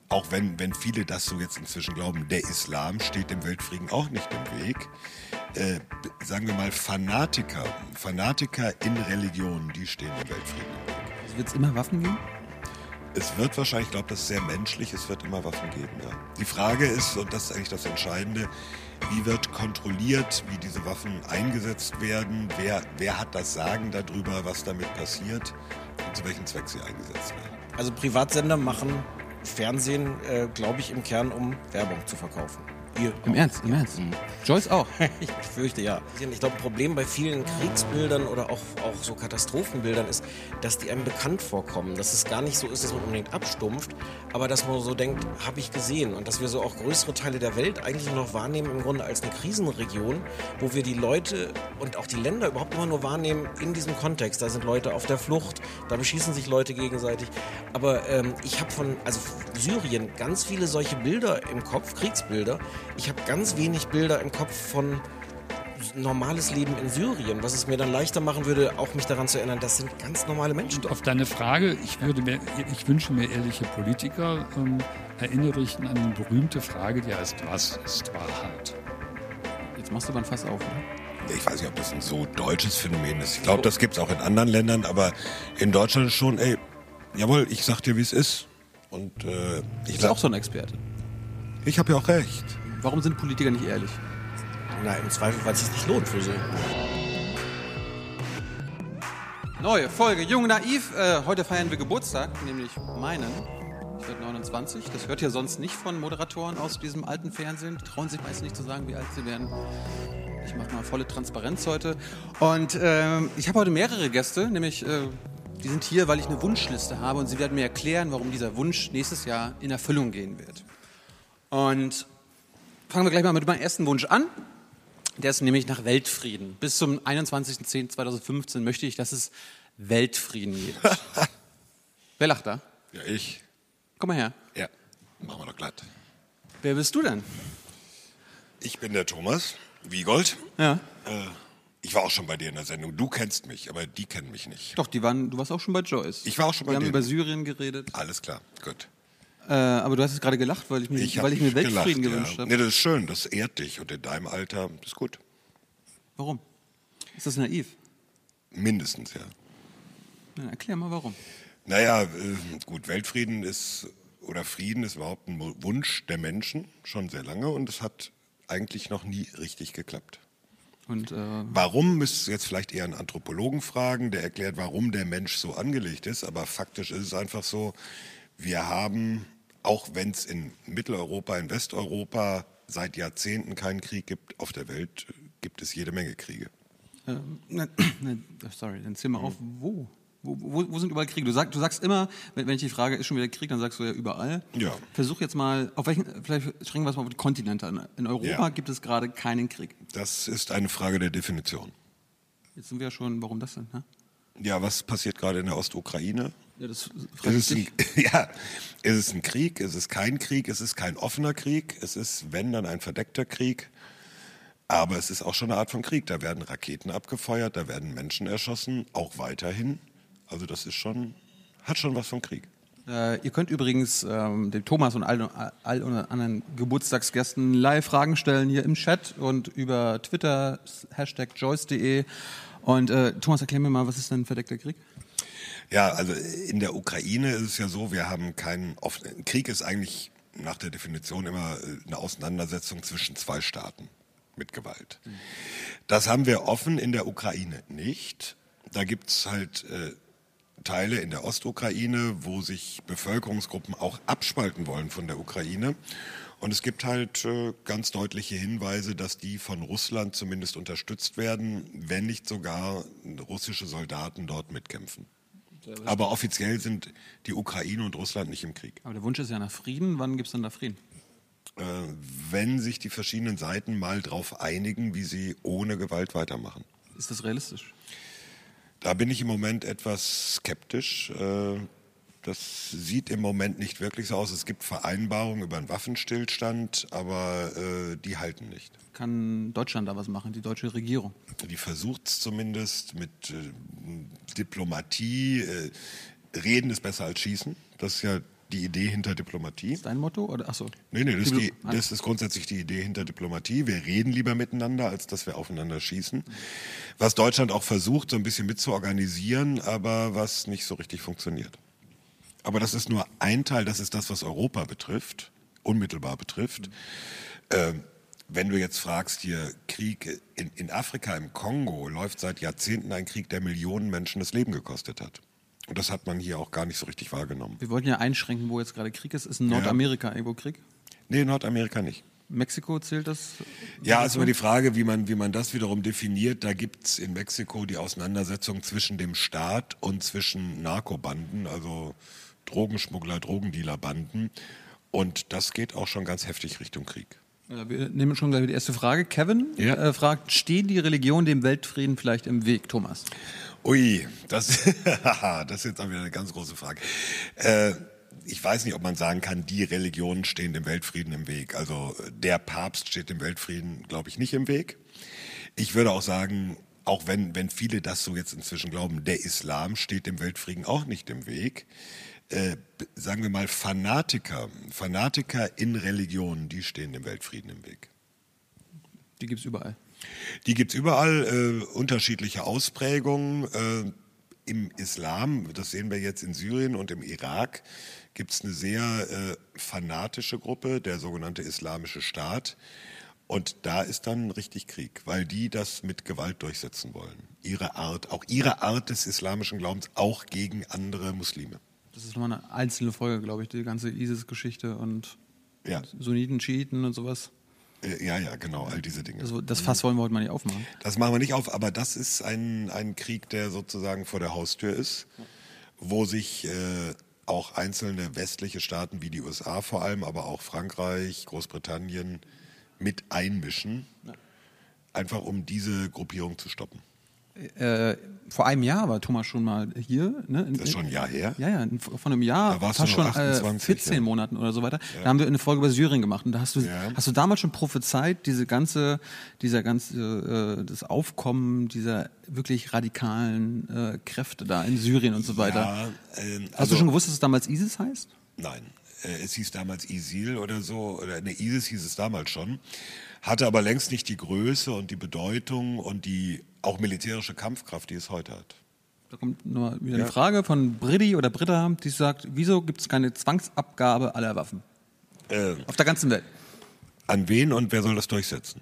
auch wenn viele das so jetzt inzwischen glauben, der Islam steht dem Weltfrieden auch nicht im Weg. Sagen wir mal Fanatiker in Religionen, die stehen dem Weltfrieden im Weg. Also wird es immer Waffen geben? Es wird wahrscheinlich, ich glaube, das ist sehr menschlich, es wird immer Waffen geben, ja. Die Frage ist, und das ist eigentlich das Entscheidende, wie wird kontrolliert, wie diese Waffen eingesetzt werden, wer hat das Sagen darüber, was damit passiert und zu welchem Zweck sie eingesetzt werden. Also Privatsender machen Fernsehen, glaube ich, im Kern, um Werbung zu verkaufen. Im Ernst? Joyce auch? Ich fürchte, ja. Ich glaube, ein Problem bei vielen Kriegsbildern oder auch so Katastrophenbildern ist, dass die einem bekannt vorkommen. Dass es gar nicht so ist, dass man unbedingt abstumpft, aber dass man so denkt, habe ich gesehen. Und dass wir so auch größere Teile der Welt eigentlich nur noch wahrnehmen im Grunde als eine Krisenregion, wo wir die Leute und auch die Länder überhaupt immer nur wahrnehmen in diesem Kontext. Da sind Leute auf der Flucht, da beschießen sich Leute gegenseitig. Aber ich habe von Syrien ganz viele solche Bilder im Kopf, Kriegsbilder. Ich habe ganz wenig Bilder im Kopf von normales Leben in Syrien, was es mir dann leichter machen würde, auch mich daran zu erinnern, das sind ganz normale Menschen. Und auf deine Frage, ich wünsche mir ehrliche Politiker, erinnere ich an eine berühmte Frage, die heißt, was ist Wahrheit? Jetzt machst du mal ein Fass auf, oder? Ich weiß nicht, ob das ein so deutsches Phänomen ist. Ich glaube, das gibt es auch in anderen Ländern, aber in Deutschland schon, jawohl, ich sag dir, wie es ist. Und ich bist auch so ein Experte. Ich habe ja auch recht. Warum sind Politiker nicht ehrlich? Na, im Zweifel, weil es sich nicht lohnt für sie. Neue Folge Jung und Naiv. Heute feiern wir Geburtstag, nämlich meinen. Ich werde 29. Das hört ihr sonst nicht von Moderatoren aus diesem alten Fernsehen. Die trauen sich meist nicht zu sagen, wie alt sie werden. Ich mache mal volle Transparenz heute. Und ich habe heute mehrere Gäste, nämlich die sind hier, weil ich eine Wunschliste habe und sie werden mir erklären, warum dieser Wunsch nächstes Jahr in Erfüllung gehen wird. Und fangen wir gleich mal mit meinem ersten Wunsch an. Der ist nämlich nach Weltfrieden. Bis zum 21.10.2015 möchte ich, dass es Weltfrieden gibt. Wer lacht da? Ja, ich. Komm mal her. Ja, machen wir doch glatt. Wer bist du denn? Ich bin der Thomas Wiegold. Ja. Ich war auch schon bei dir in der Sendung. Du kennst mich, aber die kennen mich nicht. Doch, du warst auch schon bei Joyce. Ich war auch schon bei dir. Wir haben über Syrien geredet. Alles klar, gut. Aber du hast jetzt gerade gelacht, weil ich mir Weltfrieden gewünscht habe. Nee, das ist schön, das ehrt dich und in deinem Alter, das ist gut. Warum? Ist das naiv? Mindestens, ja. Na, erklär mal, warum. Naja, gut, Weltfrieden oder Frieden ist überhaupt ein Wunsch der Menschen, schon sehr lange und es hat eigentlich noch nie richtig geklappt. Und warum, müsst ihr jetzt vielleicht eher einen Anthropologen fragen, der erklärt, warum der Mensch so angelegt ist, aber faktisch ist es einfach so, wir haben, auch wenn es in Mitteleuropa, in Westeuropa seit Jahrzehnten keinen Krieg gibt, auf der Welt gibt es jede Menge Kriege. Sorry, dann zähl mal auf, wo? Wo sind überall Kriege? Du sagst immer, wenn ich die frage, ist schon wieder Krieg, dann sagst du ja überall. Ja. Versuch jetzt mal, vielleicht schränken wir es mal auf die Kontinente an. In Europa gibt es gerade keinen Krieg. Das ist eine Frage der Definition. Jetzt sind wir ja schon, warum das denn? Ne? Ja, was passiert gerade in der Ostukraine? Ja, das frage ich dich. Ist es ein Krieg? Ist es kein Krieg? Ist es kein offener Krieg? Es ist, wenn, dann ein verdeckter Krieg. Aber es ist auch schon eine Art von Krieg. Da werden Raketen abgefeuert, da werden Menschen erschossen, auch weiterhin. Also das ist hat schon was vom Krieg. Ihr könnt übrigens dem Thomas und all anderen Geburtstagsgästen live Fragen stellen hier im Chat und über Twitter, #Joyce.de. Und Thomas, erklär mir mal, was ist denn ein verdeckter Krieg? Ja, also in der Ukraine ist es ja so, wir haben keinen offenen Krieg. Ist eigentlich nach der Definition immer eine Auseinandersetzung zwischen zwei Staaten mit Gewalt. Das haben wir offen in der Ukraine nicht. Da gibt's halt Teile in der Ostukraine, wo sich Bevölkerungsgruppen auch abspalten wollen von der Ukraine. Und es gibt halt ganz deutliche Hinweise, dass die von Russland zumindest unterstützt werden, wenn nicht sogar russische Soldaten dort mitkämpfen. Aber offiziell sind die Ukraine und Russland nicht im Krieg. Aber der Wunsch ist ja nach Frieden. Wann gibt es denn da Frieden? Wenn sich die verschiedenen Seiten mal darauf einigen, wie sie ohne Gewalt weitermachen. Ist das realistisch? Da bin ich im Moment etwas skeptisch. Das sieht im Moment nicht wirklich so aus. Es gibt Vereinbarungen über einen Waffenstillstand, aber die halten nicht. Kann Deutschland da was machen, die deutsche Regierung? Die versucht es zumindest mit Diplomatie. Reden ist besser als Schießen. Das ist ja die Idee hinter Diplomatie. Ist dein Motto? Oder? Achso. Nee, das ist grundsätzlich die Idee hinter Diplomatie. Wir reden lieber miteinander, als dass wir aufeinander schießen. Was Deutschland auch versucht, so ein bisschen mitzuorganisieren, aber was nicht so richtig funktioniert. Aber das ist nur ein Teil, das ist das, was Europa betrifft, unmittelbar betrifft. Wenn du jetzt fragst, hier Krieg in Afrika, im Kongo, läuft seit Jahrzehnten ein Krieg, der Millionen Menschen das Leben gekostet hat. Und das hat man hier auch gar nicht so richtig wahrgenommen. Wir wollten ja einschränken, wo jetzt gerade Krieg ist. Ist in Nordamerika irgendwo Krieg? Nee, in Nordamerika nicht. Mexiko zählt das? Ja, ist immer die Frage, wie man das wiederum definiert. Da gibt's in Mexiko die Auseinandersetzung zwischen dem Staat und zwischen Narkobanden, also Drogenschmuggler, Drogendealerbanden. Und das geht auch schon ganz heftig Richtung Krieg. Ja, wir nehmen schon gleich die erste Frage. Kevin fragt, stehen die Religionen dem Weltfrieden vielleicht im Weg, Thomas? Ui, das ist jetzt auch wieder eine ganz große Frage. Ich weiß nicht, ob man sagen kann, die Religionen stehen dem Weltfrieden im Weg. Also der Papst steht dem Weltfrieden, glaube ich, nicht im Weg. Ich würde auch sagen, auch wenn viele das so jetzt inzwischen glauben, der Islam steht dem Weltfrieden auch nicht im Weg. Sagen wir mal Fanatiker in Religionen, die stehen dem Weltfrieden im Weg. Die gibt's überall. Die gibt's überall, unterschiedliche Ausprägungen. Im Islam, das sehen wir jetzt in Syrien und im Irak, gibt's eine sehr fanatische Gruppe, der sogenannte Islamische Staat. Und da ist dann richtig Krieg, weil die das mit Gewalt durchsetzen wollen. Ihre Art des islamischen Glaubens, auch gegen andere Muslime. Das ist nochmal eine einzelne Folge, glaube ich, die ganze ISIS-Geschichte und Sunniten, Schiiten und sowas. Ja, genau, all diese Dinge. Das Fass wollen wir heute mal nicht aufmachen. Das machen wir nicht auf, aber das ist ein Krieg, der sozusagen vor der Haustür ist, wo sich auch einzelne westliche Staaten wie die USA vor allem, aber auch Frankreich, Großbritannien mit einmischen, einfach um diese Gruppierung zu stoppen. Vor einem Jahr war Thomas schon mal hier. Ne? Das ist schon ein Jahr her? Ja, von einem Jahr, da warst fast du noch schon 28, 14 Monaten oder so weiter. Ja. Da haben wir eine Folge über Syrien gemacht und da hast du damals schon prophezeit, das Aufkommen dieser wirklich radikalen Kräfte da in Syrien und so weiter. Ja, hast du schon gewusst, dass es damals ISIS heißt? Nein, es hieß damals ISIL oder so, oder ISIS hieß es damals schon, hatte aber längst nicht die Größe und die Bedeutung und die auch militärische Kampfkraft, die es heute hat. Da kommt noch wieder eine Frage von Britta, die sagt, wieso gibt es keine Zwangsabgabe aller Waffen? Auf der ganzen Welt. An wen und wer soll das durchsetzen?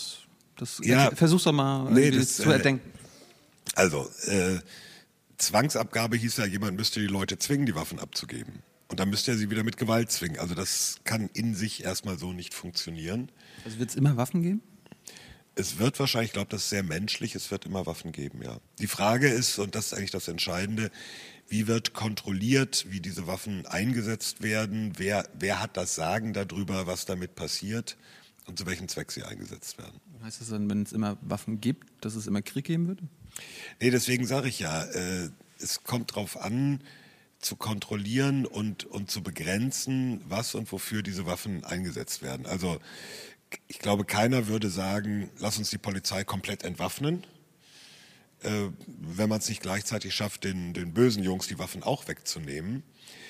Ja, versuch's doch mal zu erdenken. Also, Zwangsabgabe hieß ja, jemand müsste die Leute zwingen, die Waffen abzugeben. Und dann müsste er sie wieder mit Gewalt zwingen. Also das kann in sich erstmal so nicht funktionieren. Also wird es immer Waffen geben? Es wird wahrscheinlich, ich glaube, das ist sehr menschlich, es wird immer Waffen geben, ja. Die Frage ist, und das ist eigentlich das Entscheidende, wie wird kontrolliert, wie diese Waffen eingesetzt werden, wer hat das Sagen darüber, was damit passiert und zu welchem Zweck sie eingesetzt werden. Heißt das dann, wenn es immer Waffen gibt, dass es immer Krieg geben wird? Nee, deswegen sage ich ja, es kommt darauf an, zu kontrollieren und zu begrenzen, was und wofür diese Waffen eingesetzt werden. Also ich glaube, keiner würde sagen, lass uns die Polizei komplett entwaffnen, wenn man es nicht gleichzeitig schafft, den bösen Jungs die Waffen auch wegzunehmen.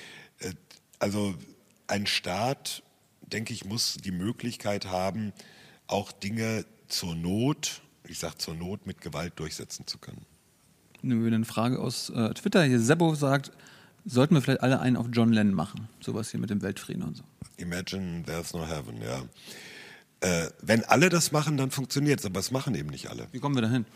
Also ein Staat, denke ich, muss die Möglichkeit haben, auch Dinge zur Not, mit Gewalt durchsetzen zu können. Nehmen wir eine Frage aus Twitter. Hier Sebo sagt, sollten wir vielleicht alle einen auf John Lennon machen? Sowas hier mit dem Weltfrieden und so. Imagine there's no heaven, ja. Wenn alle das machen, dann funktioniert es, aber es machen eben nicht alle. Wie kommen wir dahin?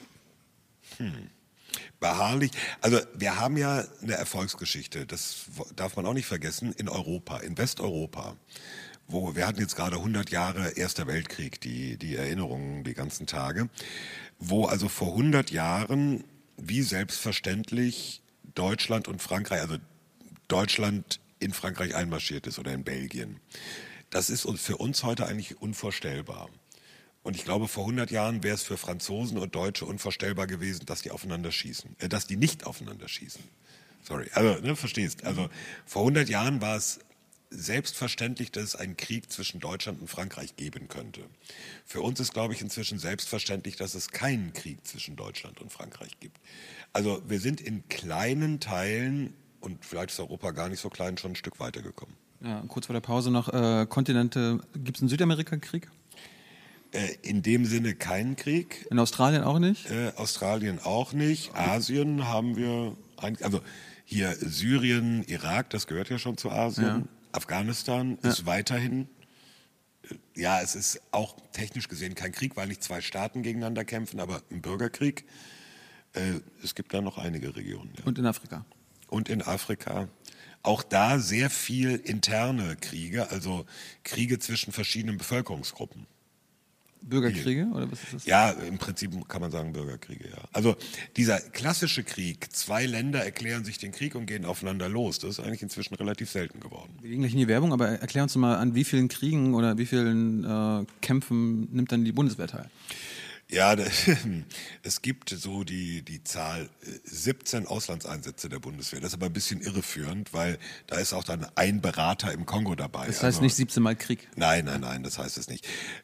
Beharrlich. Also wir haben ja eine Erfolgsgeschichte, das darf man auch nicht vergessen, in Europa, in Westeuropa. Wir hatten jetzt gerade 100 Jahre Erster Weltkrieg, die Erinnerungen, die ganzen Tage, wo also vor 100 Jahren wie selbstverständlich Deutschland und Frankreich, also Deutschland in Frankreich einmarschiert ist oder in Belgien. Das ist für uns heute eigentlich unvorstellbar. Und ich glaube, vor 100 Jahren wäre es für Franzosen und Deutsche unvorstellbar gewesen, dass die nicht aufeinander schießen. Sorry, also verstehst. Also vor 100 Jahren war es selbstverständlich, dass es einen Krieg zwischen Deutschland und Frankreich geben könnte. Für uns ist, glaube ich, inzwischen selbstverständlich, dass es keinen Krieg zwischen Deutschland und Frankreich gibt. Also wir sind in kleinen Teilen und vielleicht ist Europa gar nicht so klein, schon ein Stück weitergekommen. Ja, kurz vor der Pause noch Kontinente. Gibt es einen Südamerika-Krieg? In dem Sinne keinen Krieg. In Australien auch nicht? Australien auch nicht. Asien haben wir, also hier Syrien, Irak, das gehört ja schon zu Asien. Ja. Afghanistan ist weiterhin, ja, es ist auch technisch gesehen kein Krieg, weil nicht zwei Staaten gegeneinander kämpfen, aber ein Bürgerkrieg. Es gibt da noch einige Regionen. Ja. Und in Afrika? Und in Afrika. Auch da sehr viel interne Kriege, also Kriege zwischen verschiedenen Bevölkerungsgruppen. Bürgerkriege oder was ist das? Ja, im Prinzip kann man sagen Bürgerkriege, ja. Also dieser klassische Krieg, zwei Länder erklären sich den Krieg und gehen aufeinander los, das ist eigentlich inzwischen relativ selten geworden. Wir gehen gleich in die Werbung, aber erklär uns mal, an wie vielen Kriegen oder wie vielen Kämpfen nimmt dann die Bundeswehr teil? Ja, es gibt so die Zahl 17 Auslandseinsätze der Bundeswehr. Das ist aber ein bisschen irreführend, weil da ist auch dann ein Berater im Kongo dabei. Das heißt nicht 17 Mal Krieg? Nein, das heißt es nicht.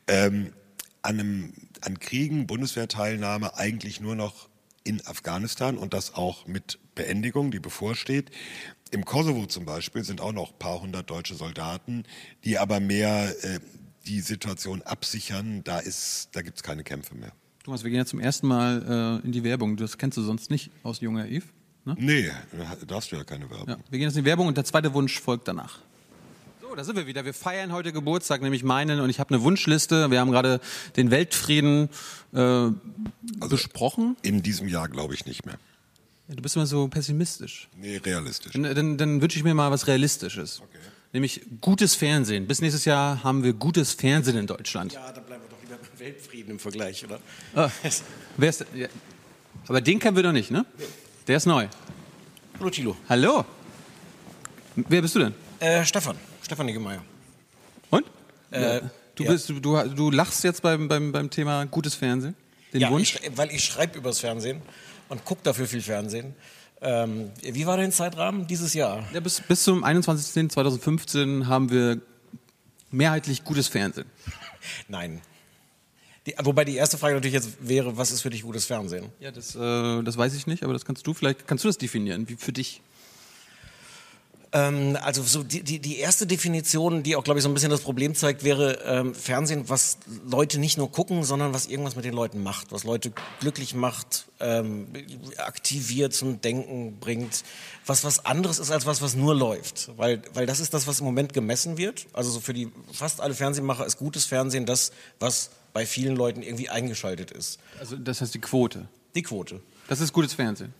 An Kriegen, Bundeswehrteilnahme eigentlich nur noch in Afghanistan und das auch mit Beendigung, die bevorsteht. Im Kosovo zum Beispiel sind auch noch ein paar hundert deutsche Soldaten, die aber mehr die Situation absichern. Da gibt es keine Kämpfe mehr. Thomas, wir gehen ja zum ersten Mal in die Werbung. Das kennst du sonst nicht aus Jung Naiv? Ne? Nee, da darfst du ja keine Werbung. Ja, wir gehen jetzt in die Werbung und der zweite Wunsch folgt danach. So, da sind wir wieder. Wir feiern heute Geburtstag, nämlich meinen, und ich habe eine Wunschliste. Wir haben gerade den Weltfrieden besprochen. In diesem Jahr glaube ich nicht mehr. Ja, du bist immer so pessimistisch. Nee, realistisch. Dann wünsche ich mir mal was Realistisches. Okay. Nämlich gutes Fernsehen. Bis nächstes Jahr haben wir gutes Fernsehen in Deutschland. Ja, dann bleiben wir doch lieber beim Weltfrieden im Vergleich, oder? Ja. Aber den kennen wir doch nicht, ne? Nee. Der ist neu. Hallo, Thilo. Hallo. Wer bist du denn? Stefan Niggemeier. Und? Du lachst jetzt beim Thema gutes Fernsehen? Den Wunsch? Weil ich schreibe übers Fernsehen und gucke dafür viel Fernsehen. Wie war dein Zeitrahmen dieses Jahr? Ja, bis zum 21.10.2015 haben wir mehrheitlich gutes Fernsehen. Nein. Wobei die erste Frage natürlich jetzt wäre, was ist für dich gutes Fernsehen? Ja, das weiß ich nicht, aber das kannst du das definieren, wie für dich? Also so die erste Definition, die auch, glaube ich, so ein bisschen das Problem zeigt, wäre Fernsehen, was Leute nicht nur gucken, sondern was irgendwas mit den Leuten macht, was Leute glücklich macht, aktiviert, zum Denken bringt, was anderes ist als was nur läuft. Weil das ist das, was im Moment gemessen wird. Also so für fast alle Fernsehmacher ist gutes Fernsehen das, was bei vielen Leuten irgendwie eingeschaltet ist. Also das heißt die Quote? Die Quote. Das ist gutes Fernsehen?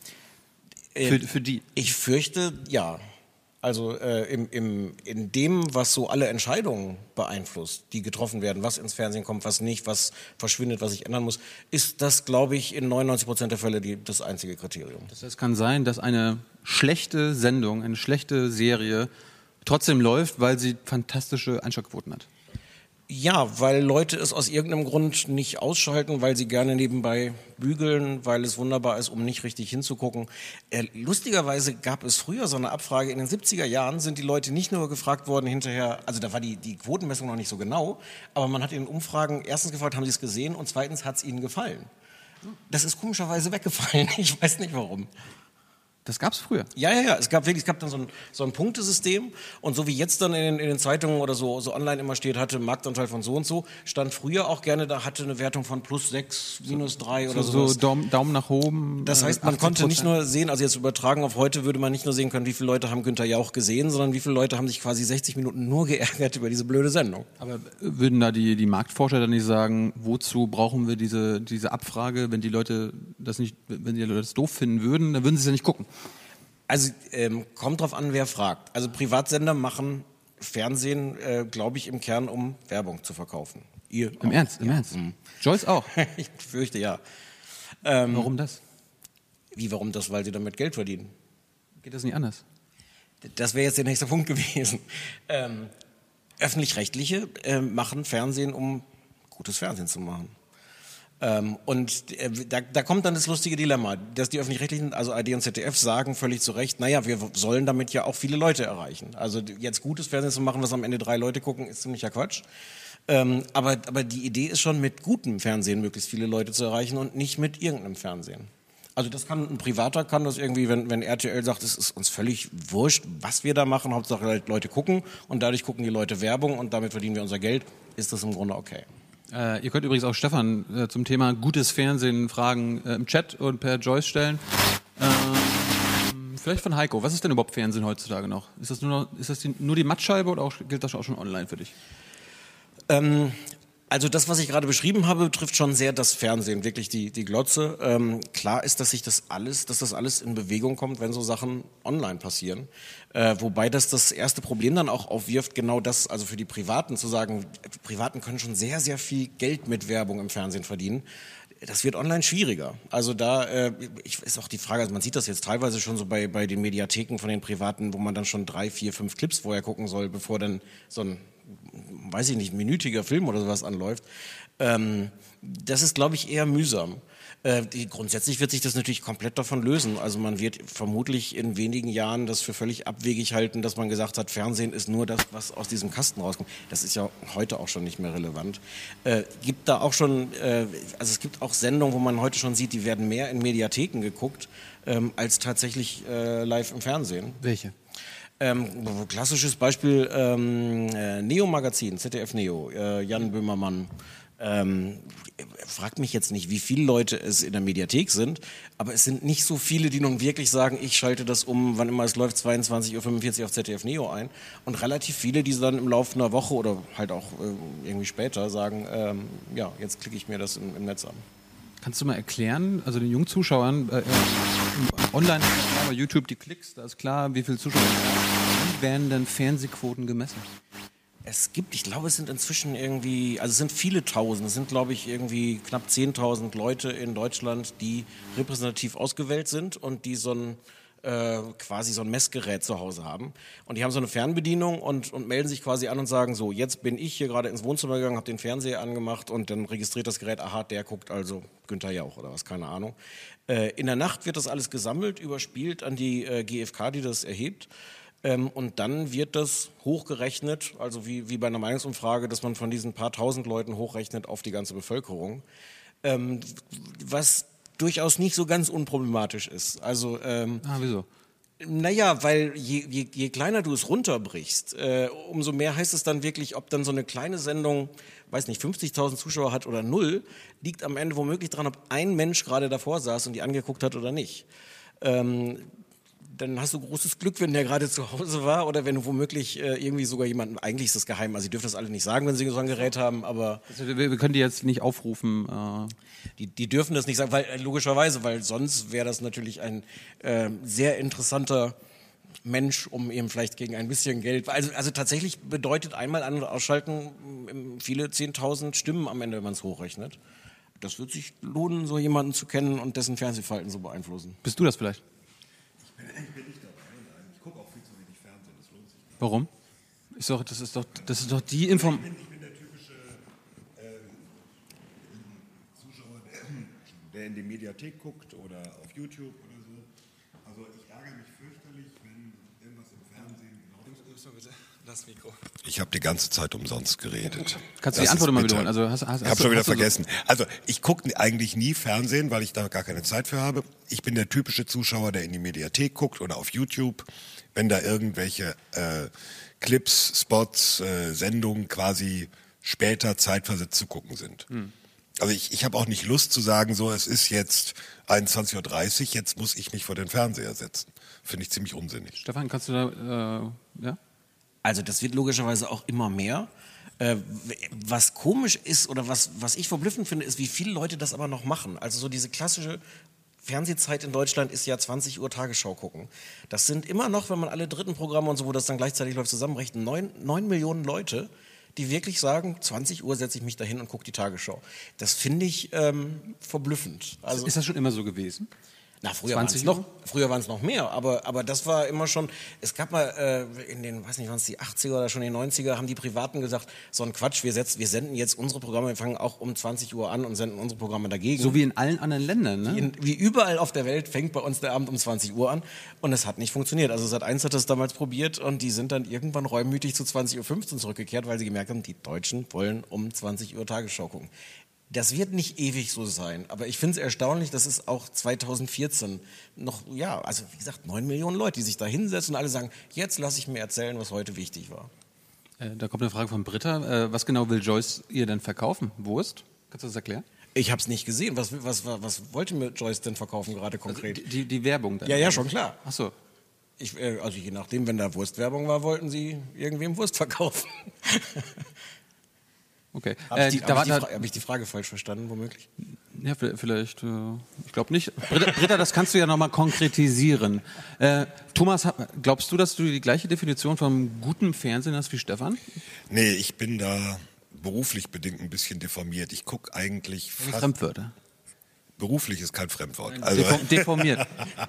Für die? Ich fürchte, ja. Also in dem, was so alle Entscheidungen beeinflusst, die getroffen werden, was ins Fernsehen kommt, was nicht, was verschwindet, was sich ändern muss, ist das, glaube ich, in 99% der Fälle das einzige Kriterium. Das heißt, es kann sein, dass eine schlechte Sendung, eine schlechte Serie trotzdem läuft, weil sie fantastische Einschaltquoten hat. Ja, weil Leute es aus irgendeinem Grund nicht ausschalten, weil sie gerne nebenbei bügeln, weil es wunderbar ist, um nicht richtig hinzugucken. Lustigerweise gab es früher so eine Abfrage. In den 70er Jahren sind die Leute nicht nur gefragt worden hinterher, also da war die Quotenmessung noch nicht so genau, aber man hat in den Umfragen erstens gefragt, haben sie es gesehen, und zweitens, hat es ihnen gefallen. Das ist komischerweise weggefallen. Ich weiß nicht warum. Das gab's früher? Ja. Es gab dann so ein Punktesystem, und so wie jetzt dann in den Zeitungen oder so online immer steht, hatte Marktanteil von so und so, stand früher auch gerne, da hatte eine Wertung von +6, -3 oder so. So Daumen nach oben. Das heißt, man konnte nicht nur sehen, also jetzt übertragen auf heute würde man nicht nur sehen können, wie viele Leute haben Günther Jauch gesehen, sondern wie viele Leute haben sich quasi 60 Minuten nur geärgert über diese blöde Sendung. Aber würden da die Marktforscher dann nicht sagen, wozu brauchen wir diese Abfrage, wenn die Leute das doof finden würden, dann würden sie es ja nicht gucken. Also kommt drauf an, wer fragt. Also Privatsender machen Fernsehen, glaube ich, im Kern, um Werbung zu verkaufen. Ihr Im auch. Ernst? Mhm. Joyce auch? Ich fürchte, ja. Warum das? Warum das? Weil sie damit Geld verdienen. Geht das nicht anders? Das wäre jetzt der nächste Punkt gewesen. Öffentlich-Rechtliche machen Fernsehen, um gutes Fernsehen zu machen. Und da kommt dann das lustige Dilemma, dass die Öffentlich-Rechtlichen, also ARD und ZDF, sagen völlig zu Recht, naja, wir sollen damit ja auch viele Leute erreichen. Also jetzt gutes Fernsehen zu machen, was am Ende 3 Leute gucken, ist ziemlicher Quatsch. Aber die Idee ist schon, mit gutem Fernsehen möglichst viele Leute zu erreichen und nicht mit irgendeinem Fernsehen. Also das kann ein Privater kann das irgendwie, wenn RTL sagt, es ist uns völlig wurscht, was wir da machen, Hauptsache Leute gucken und dadurch gucken die Leute Werbung und damit verdienen wir unser Geld, ist das im Grunde okay. Ihr könnt übrigens auch Stefan zum Thema gutes Fernsehen Fragen im Chat und per Joyce stellen. Vielleicht von Heiko. Was ist denn überhaupt Fernsehen heutzutage noch? Ist das nur die Mattscheibe oder gilt das auch schon online für dich? Also das, was ich gerade beschrieben habe, betrifft schon sehr das Fernsehen, wirklich die Glotze. Klar ist, dass das alles in Bewegung kommt, wenn so Sachen online passieren. Wobei das erste Problem dann auch aufwirft, genau das, also für die Privaten zu sagen, Privaten können schon sehr, sehr viel Geld mit Werbung im Fernsehen verdienen. Das wird online schwieriger. Also da ist auch die Frage, also man sieht das jetzt teilweise schon so bei den Mediatheken von den Privaten, wo man dann schon 3, 4, 5 Clips vorher gucken soll, bevor dann so ein, weiß ich nicht, minütiger Film oder sowas anläuft. Das ist, glaube ich, eher mühsam. Grundsätzlich wird sich das natürlich komplett davon lösen. Also man wird vermutlich in wenigen Jahren das für völlig abwegig halten, dass man gesagt hat, Fernsehen ist nur das, was aus diesem Kasten rauskommt. Das ist ja heute auch schon nicht mehr relevant. Gibt da auch schon, also es gibt auch Sendungen, wo man heute schon sieht, die werden mehr in Mediatheken geguckt, als tatsächlich live im Fernsehen. Welche? Klassisches Beispiel, Neo-Magazin, ZDF Neo, Jan Böhmermann. Fragt mich jetzt nicht, wie viele Leute es in der Mediathek sind, aber es sind nicht so viele, die nun wirklich sagen, ich schalte das um, wann immer es läuft, 22:45 Uhr auf ZDF Neo ein. Und relativ viele, die dann im Laufe einer Woche oder halt auch irgendwie später sagen, ja, jetzt klicke ich mir das im Netz an. Kannst du mal erklären, also den jungen Zuschauern, online bei YouTube die Klicks, da ist klar, wie viele Zuschauer wie werden denn Fernsehquoten gemessen? Es gibt, ich glaube, es sind inzwischen irgendwie, also es sind viele Tausend, es sind, glaube ich, irgendwie knapp 10.000 Leute in Deutschland, die repräsentativ ausgewählt sind und die quasi so ein Messgerät zu Hause haben. Und die haben so eine Fernbedienung und melden sich quasi an und sagen so, jetzt bin ich hier gerade ins Wohnzimmer gegangen, habe den Fernseher angemacht und dann registriert das Gerät, aha, der guckt also Günther Jauch oder was, keine Ahnung. In der Nacht wird das alles gesammelt, überspielt an die GfK, die das erhebt. Und dann wird das hochgerechnet, also wie bei einer Meinungsumfrage, dass man von diesen paar tausend Leuten hochrechnet auf die ganze Bevölkerung, was durchaus nicht so ganz unproblematisch ist. Also, wieso? Naja, weil je kleiner du es runterbrichst, umso mehr heißt es dann wirklich, ob dann so eine kleine Sendung, weiß nicht, 50.000 Zuschauer hat oder 0, liegt am Ende womöglich dran, ob ein Mensch gerade davor saß und die angeguckt hat oder nicht. Dann hast du großes Glück, wenn der gerade zu Hause war oder wenn du womöglich irgendwie sogar jemanden, eigentlich ist das geheim, also sie dürfen das alle nicht sagen, wenn sie so ein Gerät haben, aber... Also wir können die jetzt nicht aufrufen. Die dürfen das nicht sagen, weil logischerweise, weil sonst wäre das natürlich ein sehr interessanter Mensch, um eben vielleicht gegen ein bisschen Geld... Also tatsächlich bedeutet einmal an- und ausschalten viele 10.000 Stimmen am Ende, wenn man es hochrechnet. Das wird sich lohnen, so jemanden zu kennen und dessen Fernsehverhalten zu beeinflussen. Bist du das vielleicht? Ich bin nicht dabei, nein. Ich gucke auch viel zu wenig Fernsehen, das lohnt sich nicht. Warum? Das ist doch die Information. Ich bin der typische Zuschauer, der in die Mediathek guckt oder auf YouTube oder so. Also ich ärgere mich fürchterlich, wenn irgendwas im Fernsehen... Das Mikro. Ich habe die ganze Zeit umsonst geredet. Kannst du die Antwort mal wiederholen? Also ich habe schon wieder vergessen. Also ich gucke eigentlich nie Fernsehen, weil ich da gar keine Zeit für habe. Ich bin der typische Zuschauer, der in die Mediathek guckt oder auf YouTube, wenn da irgendwelche Clips, Spots, Sendungen quasi später zeitversetzt zu gucken sind. Also ich habe auch nicht Lust zu sagen, so es ist jetzt 21:30 Uhr, jetzt muss ich mich vor den Fernseher setzen. Finde ich ziemlich unsinnig. Stefan, kannst du da, ja? Also das wird logischerweise auch immer mehr. Was komisch ist oder was ich verblüffend finde, ist, wie viele Leute das aber noch machen. Also so diese klassische Fernsehzeit in Deutschland ist ja 20 Uhr Tagesschau gucken. Das sind immer noch, wenn man alle dritten Programme und so, wo das dann gleichzeitig läuft, zusammenrechnet, 9 Millionen Leute, die wirklich sagen, 20 Uhr setze ich mich dahin und gucke die Tagesschau. Das finde ich verblüffend. Also, ist das schon immer so gewesen? Na, früher waren es noch mehr, aber das war immer schon, es gab mal in den, weiß nicht, waren es die 80er oder schon die 90er, haben die Privaten gesagt, so ein Quatsch, wir senden jetzt unsere Programme, wir fangen auch um 20 Uhr an und senden unsere Programme dagegen. So wie in allen anderen Ländern, ne? Wie überall auf der Welt fängt bei uns der Abend um 20 Uhr an und es hat nicht funktioniert. Also Sat.1 hat das damals probiert und die sind dann irgendwann reumütig zu 20:15 Uhr zurückgekehrt, weil sie gemerkt haben, die Deutschen wollen um 20 Uhr Tagesschau gucken. Das wird nicht ewig so sein, aber ich finde es erstaunlich, dass es auch 2014 noch, also wie gesagt, 9 Millionen Leute, die sich da hinsetzen und alle sagen, jetzt lasse ich mir erzählen, was heute wichtig war. Da kommt eine Frage von Britta. Was genau will Joyce ihr denn verkaufen? Wurst? Kannst du das erklären? Ich habe es nicht gesehen. Was wollte mir Joyce denn verkaufen gerade konkret? Also die Werbung dann? Ja, schon klar. Ach so. Also je nachdem, wenn da Wurstwerbung war, wollten sie irgendwem Wurst verkaufen. Okay. Habe ich die Frage falsch verstanden, womöglich? Ja, vielleicht, ich glaube nicht. Britta, das kannst du ja nochmal konkretisieren. Thomas, glaubst du, dass du die gleiche Definition von gutem Fernsehen hast wie Stefan? Nee, ich bin da beruflich bedingt ein bisschen deformiert. Ich gucke eigentlich fast... Fremdwörter. Beruflich ist kein Fremdwort. Also deformiert.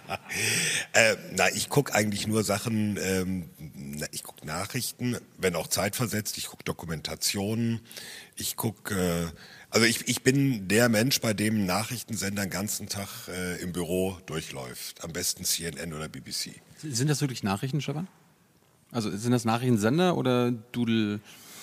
Ich gucke eigentlich nur Sachen, ich gucke Nachrichten, wenn auch zeitversetzt, ich gucke Dokumentationen, ich gucke, ich bin der Mensch, bei dem ein Nachrichtensender den ganzen Tag im Büro durchläuft. Am besten CNN oder BBC. Sind das wirklich Nachrichten, Stefan? Also sind das Nachrichtensender oder Doodle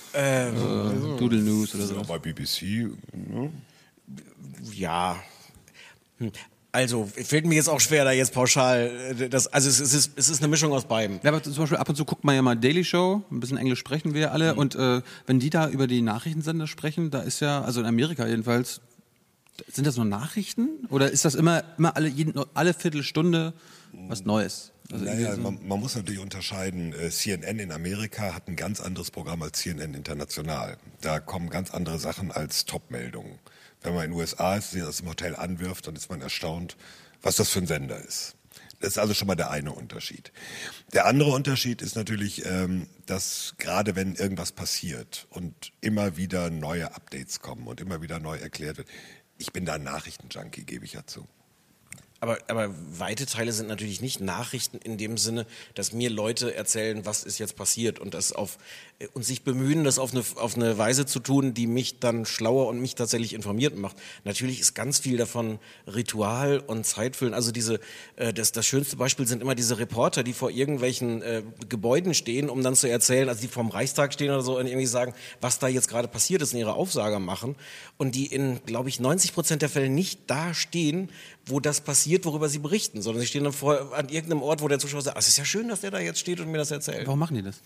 News oder so? Bei BBC, ne? Ja. Also, fällt mir jetzt auch schwer, da jetzt pauschal, es ist eine Mischung aus beidem. Ja, aber zum Beispiel ab und zu guckt man ja mal Daily Show, ein bisschen Englisch sprechen wir ja alle, und wenn die da über die Nachrichtensender sprechen, da ist ja, also in Amerika jedenfalls, sind das nur Nachrichten? Oder ist das immer alle Viertelstunde was Neues? Also man muss natürlich unterscheiden, CNN in Amerika hat ein ganz anderes Programm als CNN international. Da kommen ganz andere Sachen als Top-Meldungen. Wenn man in den USA ist, sich das im Hotel anwirft, dann ist man erstaunt, was das für ein Sender ist. Das ist also schon mal der eine Unterschied. Der andere Unterschied ist natürlich, dass gerade wenn irgendwas passiert und immer wieder neue Updates kommen und immer wieder neu erklärt wird, ich bin da ein Nachrichtenjunkie, gebe ich ja zu. Aber weite Teile sind natürlich nicht Nachrichten in dem Sinne, dass mir Leute erzählen, was ist jetzt passiert und und sich bemühen, das auf eine Weise zu tun, die mich dann schlauer und mich tatsächlich informiert macht. Natürlich ist ganz viel davon Ritual und Zeitfüllen. Also das schönste Beispiel sind immer diese Reporter, die vor irgendwelchen Gebäuden stehen, um dann zu erzählen, also die vorm Reichstag stehen oder so und irgendwie sagen, was da jetzt gerade passiert ist und ihre Aufsager machen und die in, glaube ich, 90% der Fälle nicht da stehen, wo das passiert, worüber sie berichten, sondern sie stehen dann an irgendeinem Ort, wo der Zuschauer sagt, es ist ja schön, dass der da jetzt steht und mir das erzählt. Warum machen die das?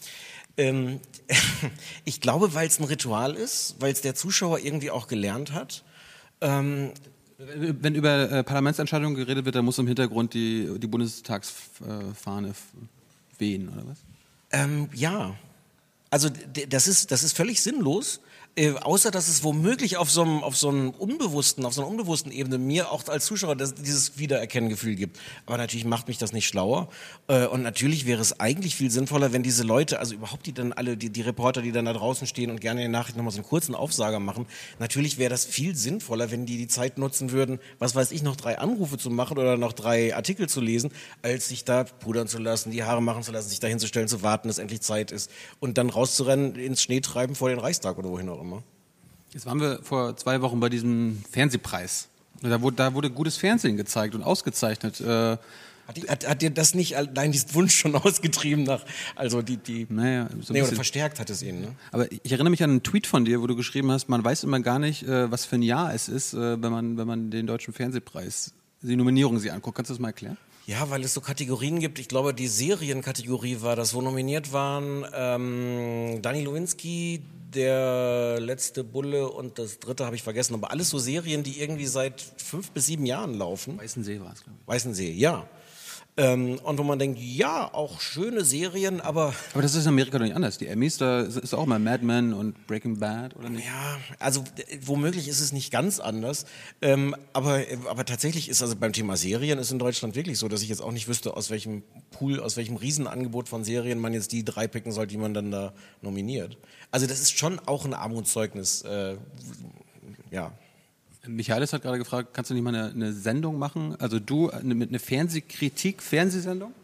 Ich glaube, weil es ein Ritual ist, weil es der Zuschauer irgendwie auch gelernt hat. Wenn über Parlamentsentscheidungen geredet wird, dann muss im Hintergrund die Bundestagsfahne wehen, oder was? Ja. Also das ist völlig sinnlos. Außer dass es womöglich auf so einer unbewussten Ebene mir auch als Zuschauer dieses Wiedererkennengefühl gibt. Aber natürlich macht mich das nicht schlauer. Und natürlich wäre es eigentlich viel sinnvoller, wenn diese Leute, also überhaupt die dann alle, die Reporter, die dann da draußen stehen und gerne in den Nachrichten nochmal so einen kurzen Aufsager machen, natürlich wäre das viel sinnvoller, wenn die Zeit nutzen würden, was weiß ich, noch 3 Anrufe zu machen oder noch 3 Artikel zu lesen, als sich da pudern zu lassen, die Haare machen zu lassen, sich da hinzustellen, zu warten, dass endlich Zeit ist und dann rauszurennen ins Schneetreiben vor den Reichstag oder wohin auch immer. Jetzt waren wir vor 2 Wochen bei diesem Fernsehpreis. Da wurde gutes Fernsehen gezeigt und ausgezeichnet. Hat dir das nicht allein diesen Wunsch schon ausgetrieben nach, also Naja, so oder verstärkt hat es ihn, ne? Aber ich erinnere mich an einen Tweet von dir, wo du geschrieben hast, man weiß immer gar nicht, was für ein Jahr es ist, wenn man den Deutschen Fernsehpreis, die Nominierung sich anguckt. Kannst du das mal erklären? Ja, weil es so Kategorien gibt. Ich glaube, die Serienkategorie war das, wo nominiert waren Dani Lewinsky, Der letzte Bulle und das dritte habe ich vergessen. Aber alles so Serien, die irgendwie seit 5 bis 7 Jahren laufen. Weißensee war es, glaube ich. Weißensee, ja. Und wo man denkt, ja, auch schöne Serien, aber das ist in Amerika doch nicht anders. Die Emmys, da ist auch mal Mad Men und Breaking Bad, oder nicht? Ja, also womöglich ist es nicht ganz anders. Aber tatsächlich ist also beim Thema Serien ist in Deutschland wirklich so, dass ich jetzt auch nicht wüsste, aus welchem Pool, aus welchem Riesenangebot von Serien man jetzt die 3 picken soll, die man dann da nominiert. Also das ist schon auch ein Armutszeugnis, ja. Michaelis hat gerade gefragt, kannst du nicht mal eine Sendung machen? Also du mit einer Fernsehsendung?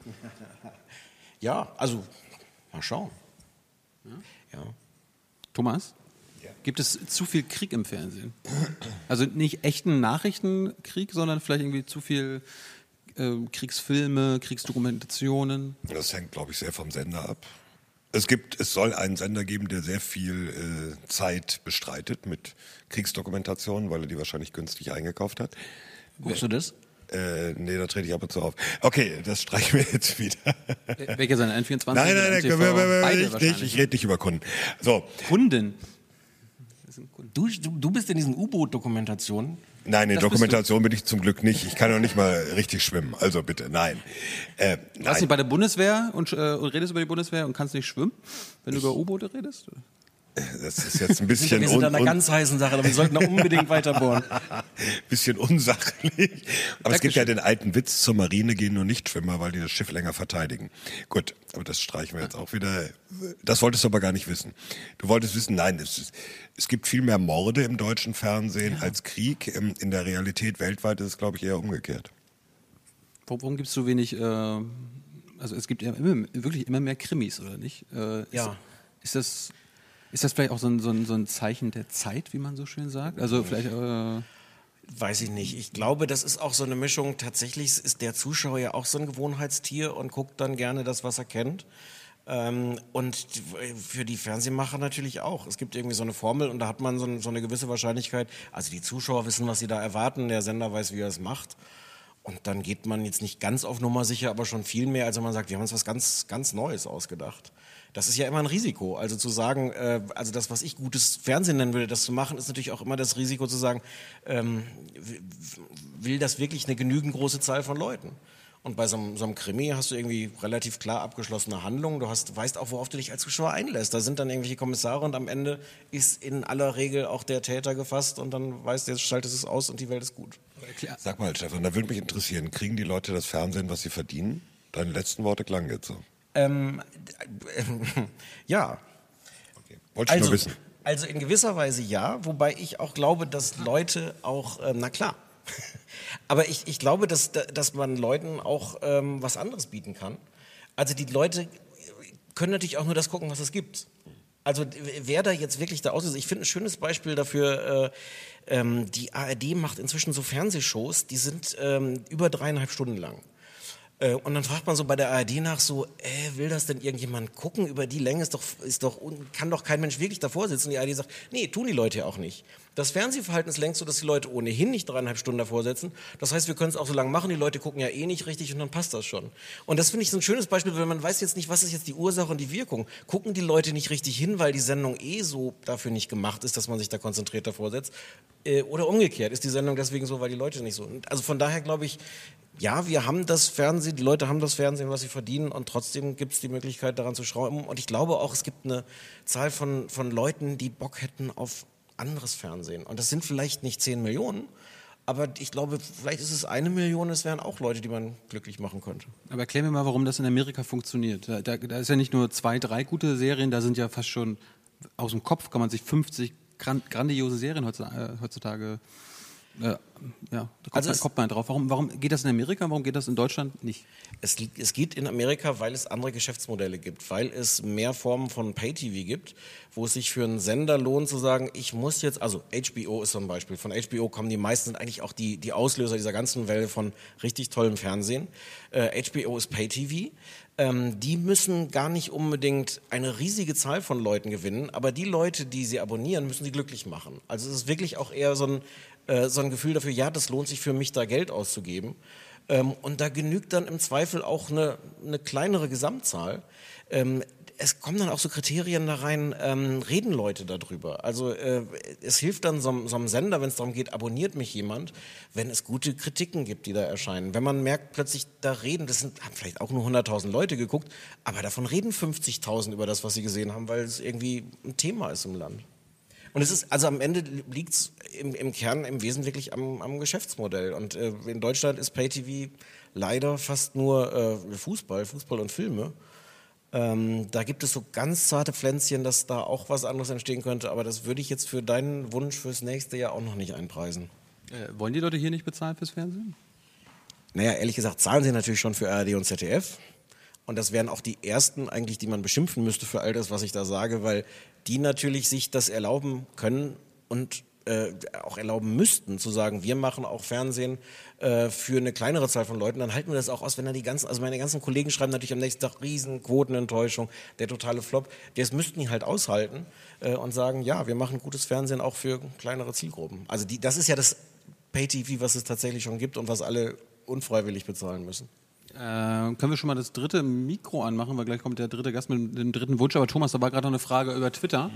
Ja, also mal schauen. Ja. Thomas? Ja. Gibt es zu viel Krieg im Fernsehen? Also nicht echten Nachrichtenkrieg, sondern vielleicht irgendwie zu viel Kriegsfilme, Kriegsdokumentationen? Das hängt, glaube ich, sehr vom Sender ab. Es soll einen Sender geben, der sehr viel Zeit bestreitet mit Kriegsdokumentationen, weil er die wahrscheinlich günstig eingekauft hat. Guckst du das? Nee, da trete ich ab und zu auf. Okay, das streichen wir jetzt wieder. Welcher Sender? N24? Nein, Beide ich rede nicht über Kunden. So. Kunden? Du bist in diesen U-Boot-Dokumentationen. Nein, in Dokumentation bin ich zum Glück nicht. Ich kann auch nicht mal richtig schwimmen. Also bitte, nein. Warst du bei der Bundeswehr und redest über die Bundeswehr und kannst nicht schwimmen, wenn du über U-Boote redest? Das ist jetzt ein bisschen... Wir sind an einer ganz heißen Sache, aber wir sollten da unbedingt weiterbohren. Bisschen unsachlich. Aber es gibt ja den alten Witz, zur Marine gehen nur Nichtschwimmer, weil die das Schiff länger verteidigen. Gut, aber das streichen wir jetzt auch wieder. Das wolltest du aber gar nicht wissen. Du wolltest wissen, nein, es gibt viel mehr Morde im deutschen Fernsehen als Krieg. In der Realität weltweit ist es, glaube ich, eher umgekehrt. Warum gibt es so wenig... also es gibt ja wirklich immer mehr Krimis, oder nicht? Ja. Ist das vielleicht auch so ein Zeichen der Zeit, wie man so schön sagt? Also vielleicht... Weiß ich nicht. Ich glaube, das ist auch so eine Mischung. Tatsächlich ist der Zuschauer ja auch so ein Gewohnheitstier und guckt dann gerne das, was er kennt. Und für die Fernsehmacher natürlich auch. Es gibt irgendwie so eine Formel und da hat man so eine gewisse Wahrscheinlichkeit. Also die Zuschauer wissen, was sie da erwarten. Der Sender weiß, wie er es macht. Und dann geht man jetzt nicht ganz auf Nummer sicher, aber schon viel mehr, als wenn man sagt, wir haben uns was ganz, ganz Neues ausgedacht. Das ist ja immer ein Risiko. Also zu sagen, also das, was ich gutes Fernsehen nennen würde, das zu machen, ist natürlich auch immer das Risiko zu sagen, will das wirklich eine genügend große Zahl von Leuten? Und bei so einem Krimi hast du irgendwie relativ klar abgeschlossene Handlungen. Du weißt auch, worauf du dich als Zuschauer einlässt. Da sind dann irgendwelche Kommissare und am Ende ist in aller Regel auch der Täter gefasst und dann weißt du, jetzt schaltest es aus und die Welt ist gut. Sag mal, Stefan, da würde mich interessieren, kriegen die Leute das Fernsehen, was sie verdienen? Deine letzten Worte klangen jetzt so. Ja. Okay. Wollte ich nur wissen. Also in gewisser Weise ja, wobei ich auch glaube, dass Leute auch, na klar, aber ich glaube, dass man Leuten auch was anderes bieten kann. Also die Leute können natürlich auch nur das gucken, was es gibt. Also wer da jetzt wirklich da aus ist, ich finde ein schönes Beispiel dafür, die ARD macht inzwischen so Fernsehshows, die sind über 3,5 Stunden lang. Und dann fragt man so bei der ARD nach so, will das denn irgendjemand gucken? Über die Länge kann doch kein Mensch wirklich davor sitzen. Und die ARD sagt, nee, tun die Leute ja auch nicht. Das Fernsehverhalten ist längst so, dass die Leute ohnehin nicht 3,5 Stunden davor sitzen. Das heißt, wir können es auch so lange machen, die Leute gucken ja eh nicht richtig und dann passt das schon. Und das finde ich so ein schönes Beispiel, weil man weiß jetzt nicht, was ist jetzt die Ursache und die Wirkung. Gucken die Leute nicht richtig hin, weil die Sendung so dafür nicht gemacht ist, dass man sich da konzentriert davor setzt? Oder umgekehrt, ist die Sendung deswegen so, weil die Leute nicht so... Also von daher glaube ich, ja, wir haben das Fernsehen, die Leute haben das Fernsehen, was sie verdienen und trotzdem gibt es die Möglichkeit, daran zu schrauben. Und ich glaube auch, es gibt eine Zahl von Leuten, die Bock hätten auf anderes Fernsehen. Und das sind vielleicht nicht 10 Millionen, aber ich glaube, vielleicht ist es 1 Million, es wären auch Leute, die man glücklich machen könnte. Aber erklär mir mal, warum das in Amerika funktioniert. Da ist ja nicht nur 2, 3 gute Serien, da sind ja fast schon, aus dem Kopf kann man sich 50 grandiose Serien heutzutage... da kommt man drauf. Warum geht das in Amerika, warum geht das in Deutschland nicht? Es geht in Amerika, weil es andere Geschäftsmodelle gibt, weil es mehr Formen von Pay-TV gibt, wo es sich für einen Sender lohnt zu sagen, ich muss jetzt, also HBO ist so ein Beispiel, von HBO kommen die meisten, sind eigentlich auch die Auslöser dieser ganzen Welle von richtig tollem Fernsehen. HBO ist Pay-TV. Die müssen gar nicht unbedingt eine riesige Zahl von Leuten gewinnen, aber die Leute, die sie abonnieren, müssen sie glücklich machen. Also es ist wirklich auch eher so ein Gefühl dafür, ja, das lohnt sich für mich, da Geld auszugeben. Und da genügt dann im Zweifel auch eine kleinere Gesamtzahl. Es kommen dann auch so Kriterien da rein, reden Leute darüber. Also es hilft dann so einem Sender, wenn es darum geht, abonniert mich jemand, wenn es gute Kritiken gibt, die da erscheinen. Wenn man merkt, plötzlich da reden, haben vielleicht auch nur 100.000 Leute geguckt, aber davon reden 50.000 über das, was sie gesehen haben, weil es irgendwie ein Thema ist im Land. Und es ist, also am Ende liegt es im Kern im Wesentlichen am Geschäftsmodell. Und in Deutschland ist Pay-TV leider fast nur Fußball und Filme. Da gibt es so ganz zarte Pflänzchen, dass da auch was anderes entstehen könnte, aber das würde ich jetzt für deinen Wunsch fürs nächste Jahr auch noch nicht einpreisen. Wollen die Leute hier nicht bezahlen fürs Fernsehen? Naja, ehrlich gesagt zahlen sie natürlich schon für ARD und ZDF. Und das wären auch die ersten eigentlich, die man beschimpfen müsste für all das, was ich da sage, weil die natürlich sich das erlauben können und auch erlauben müssten, zu sagen, wir machen auch Fernsehen für eine kleinere Zahl von Leuten, dann halten wir das auch aus, wenn dann meine ganzen Kollegen schreiben natürlich am nächsten Tag riesen Quotenenttäuschung, der totale Flop. Das müssten die halt aushalten und sagen, ja, wir machen gutes Fernsehen auch für kleinere Zielgruppen. Also das ist ja das Pay-TV, was es tatsächlich schon gibt und was alle unfreiwillig bezahlen müssen. Können wir schon mal das dritte Mikro anmachen, weil gleich kommt der dritte Gast mit dem dritten Wunsch. Aber Thomas, da war gerade noch eine Frage über Twitter.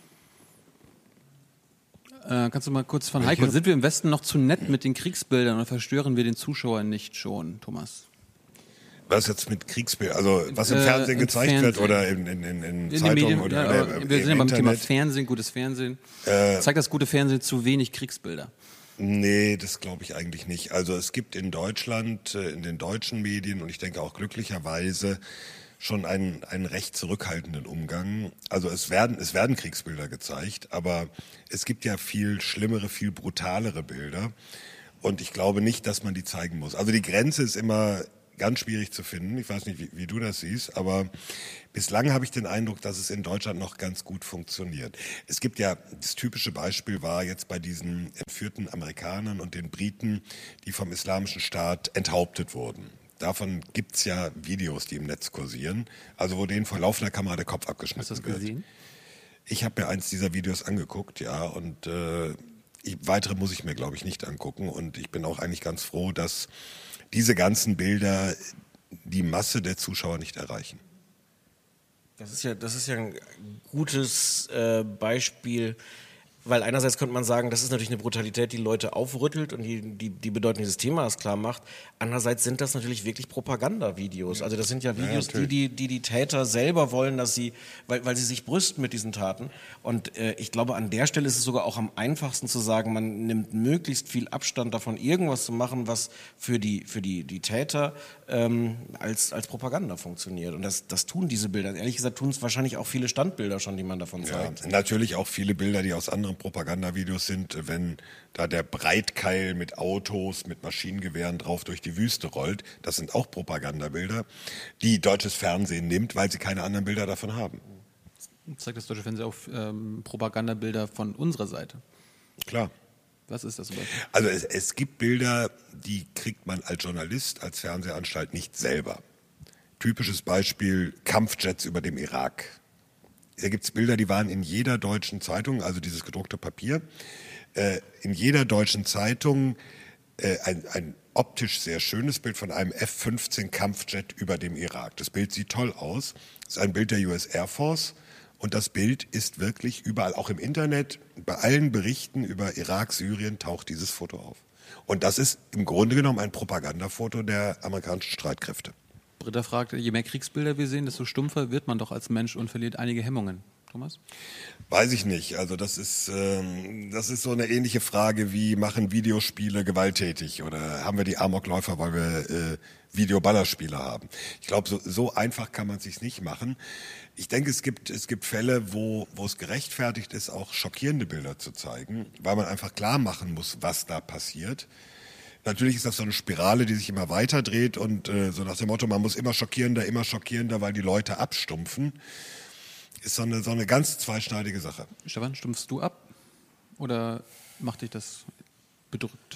Kannst du mal kurz von Heiko, sind wir im Westen noch zu nett mit den Kriegsbildern oder verstören wir den Zuschauer nicht schon, Thomas? Was jetzt mit Kriegsbildern, also was im Fernsehen gezeigt wird oder in Zeitungen Medien, oder wir sind ja beim Internet. Thema Fernsehen, gutes Fernsehen. Zeigt das gute Fernsehen zu wenig Kriegsbilder? Nee, das glaube ich eigentlich nicht. Also es gibt in Deutschland, in den deutschen Medien und ich denke auch glücklicherweise schon einen recht zurückhaltenden Umgang. Also es werden Kriegsbilder gezeigt, aber es gibt ja viel schlimmere, viel brutalere Bilder und ich glaube nicht, dass man die zeigen muss. Also die Grenze ist immer ganz schwierig zu finden. Ich weiß nicht, wie du das siehst, aber bislang habe ich den Eindruck, dass es in Deutschland noch ganz gut funktioniert. Es gibt ja, das typische Beispiel war jetzt bei diesen entführten Amerikanern und den Briten, die vom Islamischen Staat enthauptet wurden. Davon gibt's ja Videos, die im Netz kursieren, also wo denen vor laufender Kamera der Kopf abgeschnitten wird. Hast du das gesehen? Ich habe mir eins dieser Videos angeguckt, ja, und weitere muss ich mir, glaube ich, nicht angucken. Und ich bin auch eigentlich ganz froh, dass diese ganzen Bilder die Masse der Zuschauer nicht erreichen. Das ist ja ein gutes Beispiel, weil einerseits könnte man sagen, das ist natürlich eine Brutalität, die Leute aufrüttelt und die Bedeutung dieses Themas klar macht. Andererseits sind das natürlich wirklich Propagandavideos. Also das sind ja Videos, die Täter selber wollen, dass sie, weil sie sich brüsten mit diesen Taten. Und ich glaube, an der Stelle ist es sogar auch am einfachsten zu sagen, man nimmt möglichst viel Abstand davon, irgendwas zu machen, was für die Täter als Propaganda funktioniert. Und das tun diese Bilder. Ehrlich gesagt tun es wahrscheinlich auch viele Standbilder schon, die man davon zeigt. Ja, natürlich auch viele Bilder, die aus anderen Propagandavideos sind, wenn da der Breitkeil mit Autos, mit Maschinengewehren drauf durch die Wüste rollt. Das sind auch Propagandabilder, die deutsches Fernsehen nimmt, weil sie keine anderen Bilder davon haben. Zeigt das deutsche Fernsehen auch Propagandabilder von unserer Seite? Klar. Was ist das zum Beispiel? Also es gibt Bilder, die kriegt man als Journalist, als Fernsehanstalt nicht selber. Typisches Beispiel, Kampfjets über dem Irak. Da gibt es Bilder, die waren in jeder deutschen Zeitung, also dieses gedruckte Papier, in jeder deutschen Zeitung ein optisch sehr schönes Bild von einem F-15 Kampfjet über dem Irak. Das Bild sieht toll aus. Das ist ein Bild der US Air Force. Und das Bild ist wirklich überall, auch im Internet, bei allen Berichten über Irak, Syrien taucht dieses Foto auf. Und das ist im Grunde genommen ein Propagandafoto der amerikanischen Streitkräfte. Britta fragt, je mehr Kriegsbilder wir sehen, desto stumpfer wird man doch als Mensch und verliert einige Hemmungen. Thomas? Weiß ich nicht. Also das ist so eine ähnliche Frage wie, machen Videospiele gewalttätig oder haben wir die Amokläufer, weil wir Videoballerspiele haben. Ich glaube, so einfach kann man es sich nicht machen. Ich denke, es gibt Fälle, wo es gerechtfertigt ist, auch schockierende Bilder zu zeigen, weil man einfach klar machen muss, was da passiert. Natürlich ist das so eine Spirale, die sich immer weiter dreht und so nach dem Motto, man muss immer schockierender, weil die Leute abstumpfen. Ist so eine ganz zweischneidige Sache. Stefan, stumpfst du ab oder macht dich das bedrückt?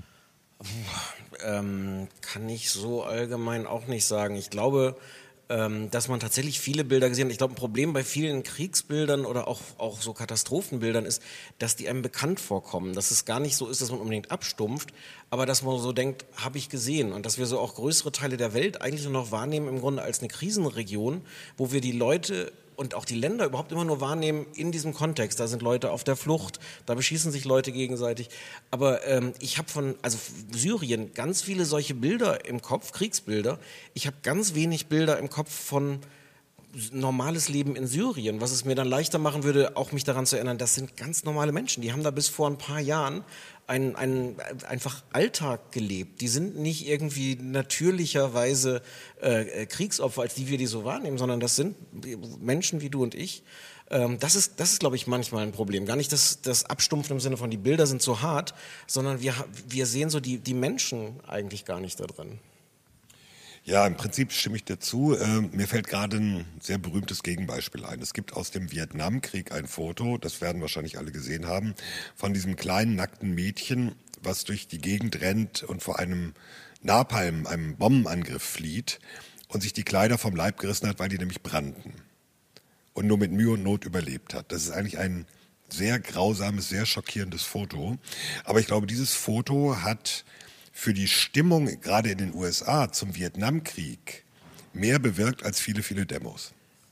Kann ich so allgemein auch nicht sagen. Ich glaube, dass man tatsächlich viele Bilder gesehen hat. Ich glaube, ein Problem bei vielen Kriegsbildern oder auch so Katastrophenbildern ist, dass die einem bekannt vorkommen. Dass es gar nicht so ist, dass man unbedingt abstumpft, aber dass man so denkt, habe ich gesehen. Und dass wir so auch größere Teile der Welt eigentlich nur noch wahrnehmen im Grunde als eine Krisenregion, wo wir die Leute und auch die Länder überhaupt immer nur wahrnehmen in diesem Kontext. Da sind Leute auf der Flucht, da beschießen sich Leute gegenseitig. Aber ich habe von Syrien ganz viele solche Bilder im Kopf, Kriegsbilder. Ich habe ganz wenig Bilder im Kopf von normales Leben in Syrien, was es mir dann leichter machen würde, auch mich daran zu erinnern, das sind ganz normale Menschen. Die haben da bis vor ein paar Jahren einen einfach Alltag gelebt. Die sind nicht irgendwie natürlicherweise Kriegsopfer, als die wir die so wahrnehmen, sondern das sind Menschen wie du und ich. Das ist, glaube ich, manchmal ein Problem. Gar nicht das Abstumpfen im Sinne von, die Bilder sind so hart, sondern wir sehen so die Menschen eigentlich gar nicht da drin. Ja, im Prinzip stimme ich dir zu. Mir fällt gerade ein sehr berühmtes Gegenbeispiel ein. Es gibt aus dem Vietnamkrieg ein Foto, das werden wahrscheinlich alle gesehen haben, von diesem kleinen nackten Mädchen, was durch die Gegend rennt und vor einem Napalm, einem Bombenangriff flieht und sich die Kleider vom Leib gerissen hat, weil die nämlich brannten und nur mit Mühe und Not überlebt hat. Das ist eigentlich ein sehr grausames, sehr schockierendes Foto. Aber ich glaube, dieses Foto hat für die Stimmung gerade in den USA zum Vietnamkrieg mehr bewirkt als viele, viele Demos.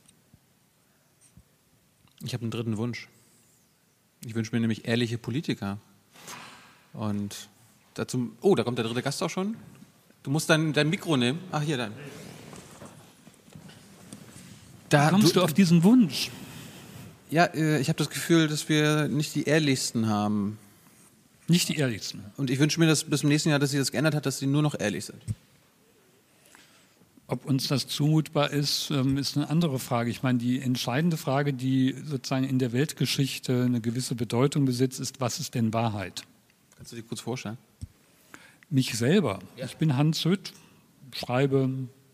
Ich habe einen dritten Wunsch. Ich wünsche mir nämlich ehrliche Politiker. Und dazu, oh, da kommt der dritte Gast auch schon. Du musst dein Mikro nehmen. Ach, hier dann. Da kommst du auf diesen Wunsch? Ja, ich habe das Gefühl, dass wir nicht die ehrlichsten haben. Nicht die ehrlichsten. Und ich wünsche mir, dass bis zum nächsten Jahr, dass sich das geändert hat, dass sie nur noch ehrlich sind. Ob uns das zumutbar ist, ist eine andere Frage. Ich meine, die entscheidende Frage, die sozusagen in der Weltgeschichte eine gewisse Bedeutung besitzt, ist, was ist denn Wahrheit? Kannst du dir kurz vorstellen? Mich selber. Ja. Ich bin Hans Hütt, schreibe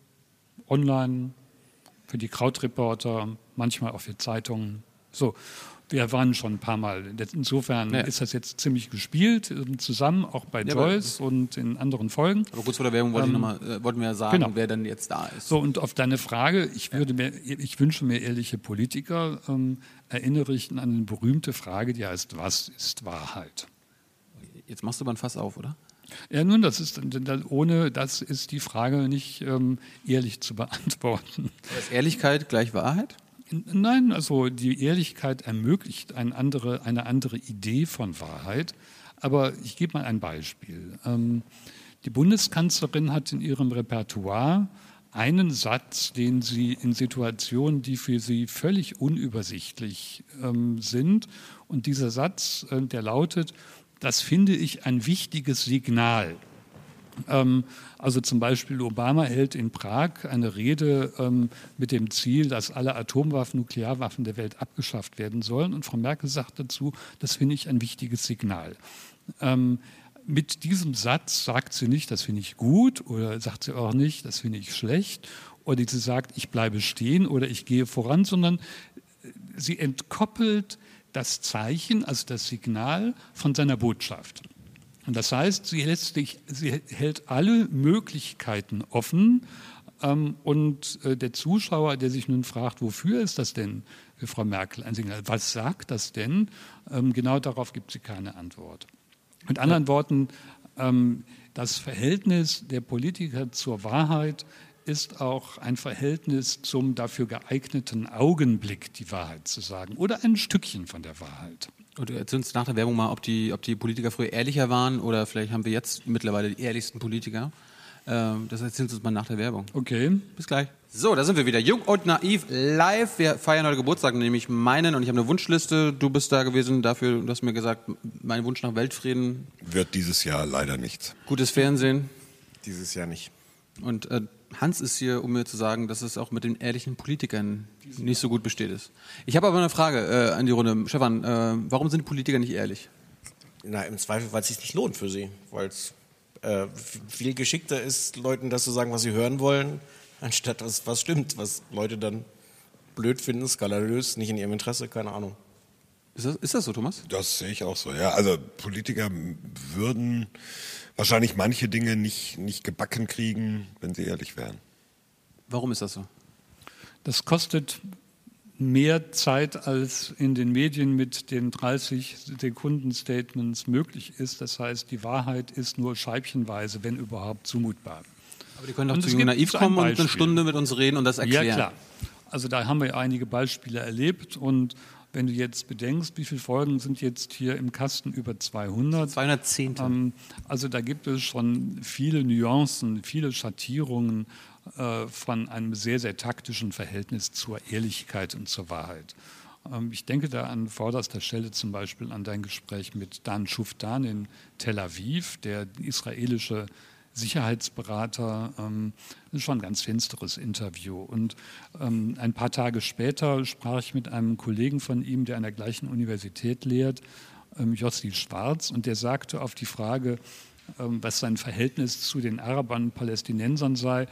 online für die Krautreporter, manchmal auch für Zeitungen. So. Wir waren schon ein paar Mal. Insofern ist das jetzt ziemlich gespielt, zusammen, auch bei Joyce und in anderen Folgen. Aber kurz vor der Werbung wollten wir sagen, genau, wer denn jetzt da ist. So, und auf deine Frage, ich wünsche mir ehrliche Politiker, erinnere ich an eine berühmte Frage, die heißt, was ist Wahrheit? Jetzt machst du aber ein Fass auf, oder? Ja, nun, das ist die Frage nicht ehrlich zu beantworten. Ist Ehrlichkeit gleich Wahrheit? Nein, also die Ehrlichkeit ermöglicht eine andere Idee von Wahrheit. Aber ich gebe mal ein Beispiel. Die Bundeskanzlerin hat in ihrem Repertoire einen Satz, den sie in Situationen, die für sie völlig unübersichtlich sind, und dieser Satz, der lautet, das finde ich ein wichtiges Signal. Also zum Beispiel Obama hält in Prag eine Rede mit dem Ziel, dass alle Atomwaffen, Nuklearwaffen der Welt abgeschafft werden sollen. Und Frau Merkel sagt dazu, das finde ich ein wichtiges Signal. Mit diesem Satz sagt sie nicht, das finde ich gut, oder sagt sie auch nicht, das finde ich schlecht, oder sie sagt, ich bleibe stehen oder ich gehe voran, sondern sie entkoppelt das Zeichen, also das Signal, von seiner Botschaft. Und das heißt, sie hält alle Möglichkeiten offen, und der Zuschauer, der sich nun fragt, wofür ist das denn für Frau Merkel ein Signal? Was sagt das denn? Genau darauf gibt sie keine Antwort. Mit anderen Worten, das Verhältnis der Politiker zur Wahrheit ist auch ein Verhältnis zum dafür geeigneten Augenblick, die Wahrheit zu sagen, oder ein Stückchen von der Wahrheit. Und du erzählst uns nach der Werbung mal, ob die Politiker früher ehrlicher waren oder vielleicht haben wir jetzt mittlerweile die ehrlichsten Politiker. Das erzählst du uns mal nach der Werbung. Okay. Bis gleich. So, da sind wir wieder. Jung und naiv live. Wir feiern heute Geburtstag, nämlich meinen. Und ich habe eine Wunschliste. Du bist da gewesen dafür. Du hast mir gesagt, mein Wunsch nach Weltfrieden. Wird dieses Jahr leider nichts. Gutes Fernsehen. Dieses Jahr nicht. Und Hans ist hier, um mir zu sagen, dass es auch mit den ehrlichen Politikern nicht so gut besteht ist. Ich habe aber eine Frage an die Runde. Stefan, warum sind Politiker nicht ehrlich? Na, im Zweifel, weil es sich nicht lohnt für sie. Weil es viel geschickter ist, Leuten das zu sagen, was sie hören wollen, anstatt was stimmt, was Leute dann blöd finden, skandalös, nicht in ihrem Interesse, keine Ahnung. Ist das so, Thomas? Das sehe ich auch so, ja. Also Politiker würden wahrscheinlich manche Dinge nicht gebacken kriegen, wenn sie ehrlich wären. Warum ist das so? Das kostet mehr Zeit, als in den Medien mit den 30-Sekunden-Statements möglich ist. Das heißt, die Wahrheit ist nur scheibchenweise, wenn überhaupt, zumutbar. Aber die können doch zu Jung und Naiv kommen und eine Stunde mit uns reden und das erklären. Ja, klar. Also da haben wir einige Beispiele erlebt, und wenn du jetzt bedenkst, wie viele Folgen sind jetzt hier im Kasten? Über 200. 210. Also da gibt es schon viele Nuancen, viele Schattierungen von einem sehr, sehr taktischen Verhältnis zur Ehrlichkeit und zur Wahrheit. Ich denke da an vorderster Stelle zum Beispiel an dein Gespräch mit Dan Schuftan in Tel Aviv, der israelische Sicherheitsberater. Das ist schon ein ganz finsteres Interview. Und ein paar Tage später sprach ich mit einem Kollegen von ihm, der an der gleichen Universität lehrt, Jossi Schwarz, und der sagte auf die Frage, was sein Verhältnis zu den Arabern und Palästinensern sei,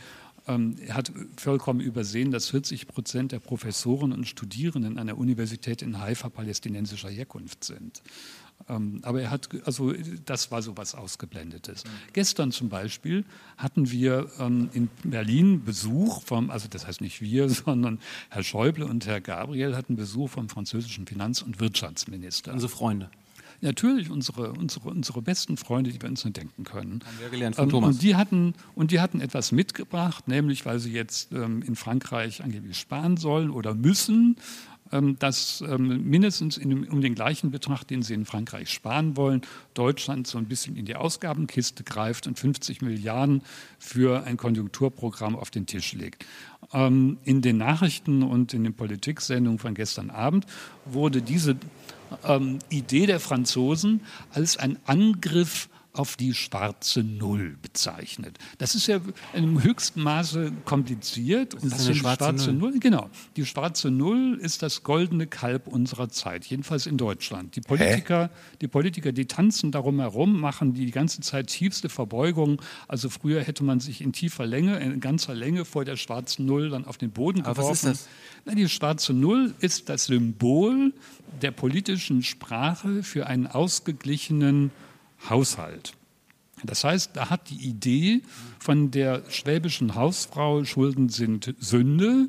Er hat vollkommen übersehen, dass 40% der Professoren und Studierenden an der Universität in Haifa palästinensischer Herkunft sind. Aber das war so was Ausgeblendetes. Gestern zum Beispiel hatten wir in Berlin Besuch das heißt nicht wir, sondern Herr Schäuble und Herr Gabriel hatten Besuch vom französischen Finanz- und Wirtschaftsminister. Unsere Freunde. Natürlich unsere besten Freunde, die wir uns nur denken können. Haben wir gelernt von Thomas. Und die hatten etwas mitgebracht, nämlich weil sie jetzt in Frankreich angeblich sparen sollen oder müssen, dass mindestens um den gleichen Betrag, den sie in Frankreich sparen wollen, Deutschland so ein bisschen in die Ausgabenkiste greift und 50 Milliarden für ein Konjunkturprogramm auf den Tisch legt. In den Nachrichten und in den Politiksendungen von gestern Abend wurde diese Idee der Franzosen als ein Angriff auf die schwarze Null bezeichnet. Das ist ja im höchsten Maße kompliziert. Und das ist die schwarze Null? Genau. Die schwarze Null ist das goldene Kalb unserer Zeit, jedenfalls in Deutschland. Die Politiker, die tanzen darum herum, machen die ganze Zeit tiefste Verbeugungen. Also früher hätte man sich in tiefer Länge, in ganzer Länge vor der schwarzen Null dann auf den Boden geworfen. Aber was ist das? Die schwarze Null ist das Symbol der politischen Sprache für einen ausgeglichenen Haushalt. Das heißt, da hat die Idee von der schwäbischen Hausfrau, Schulden sind Sünde,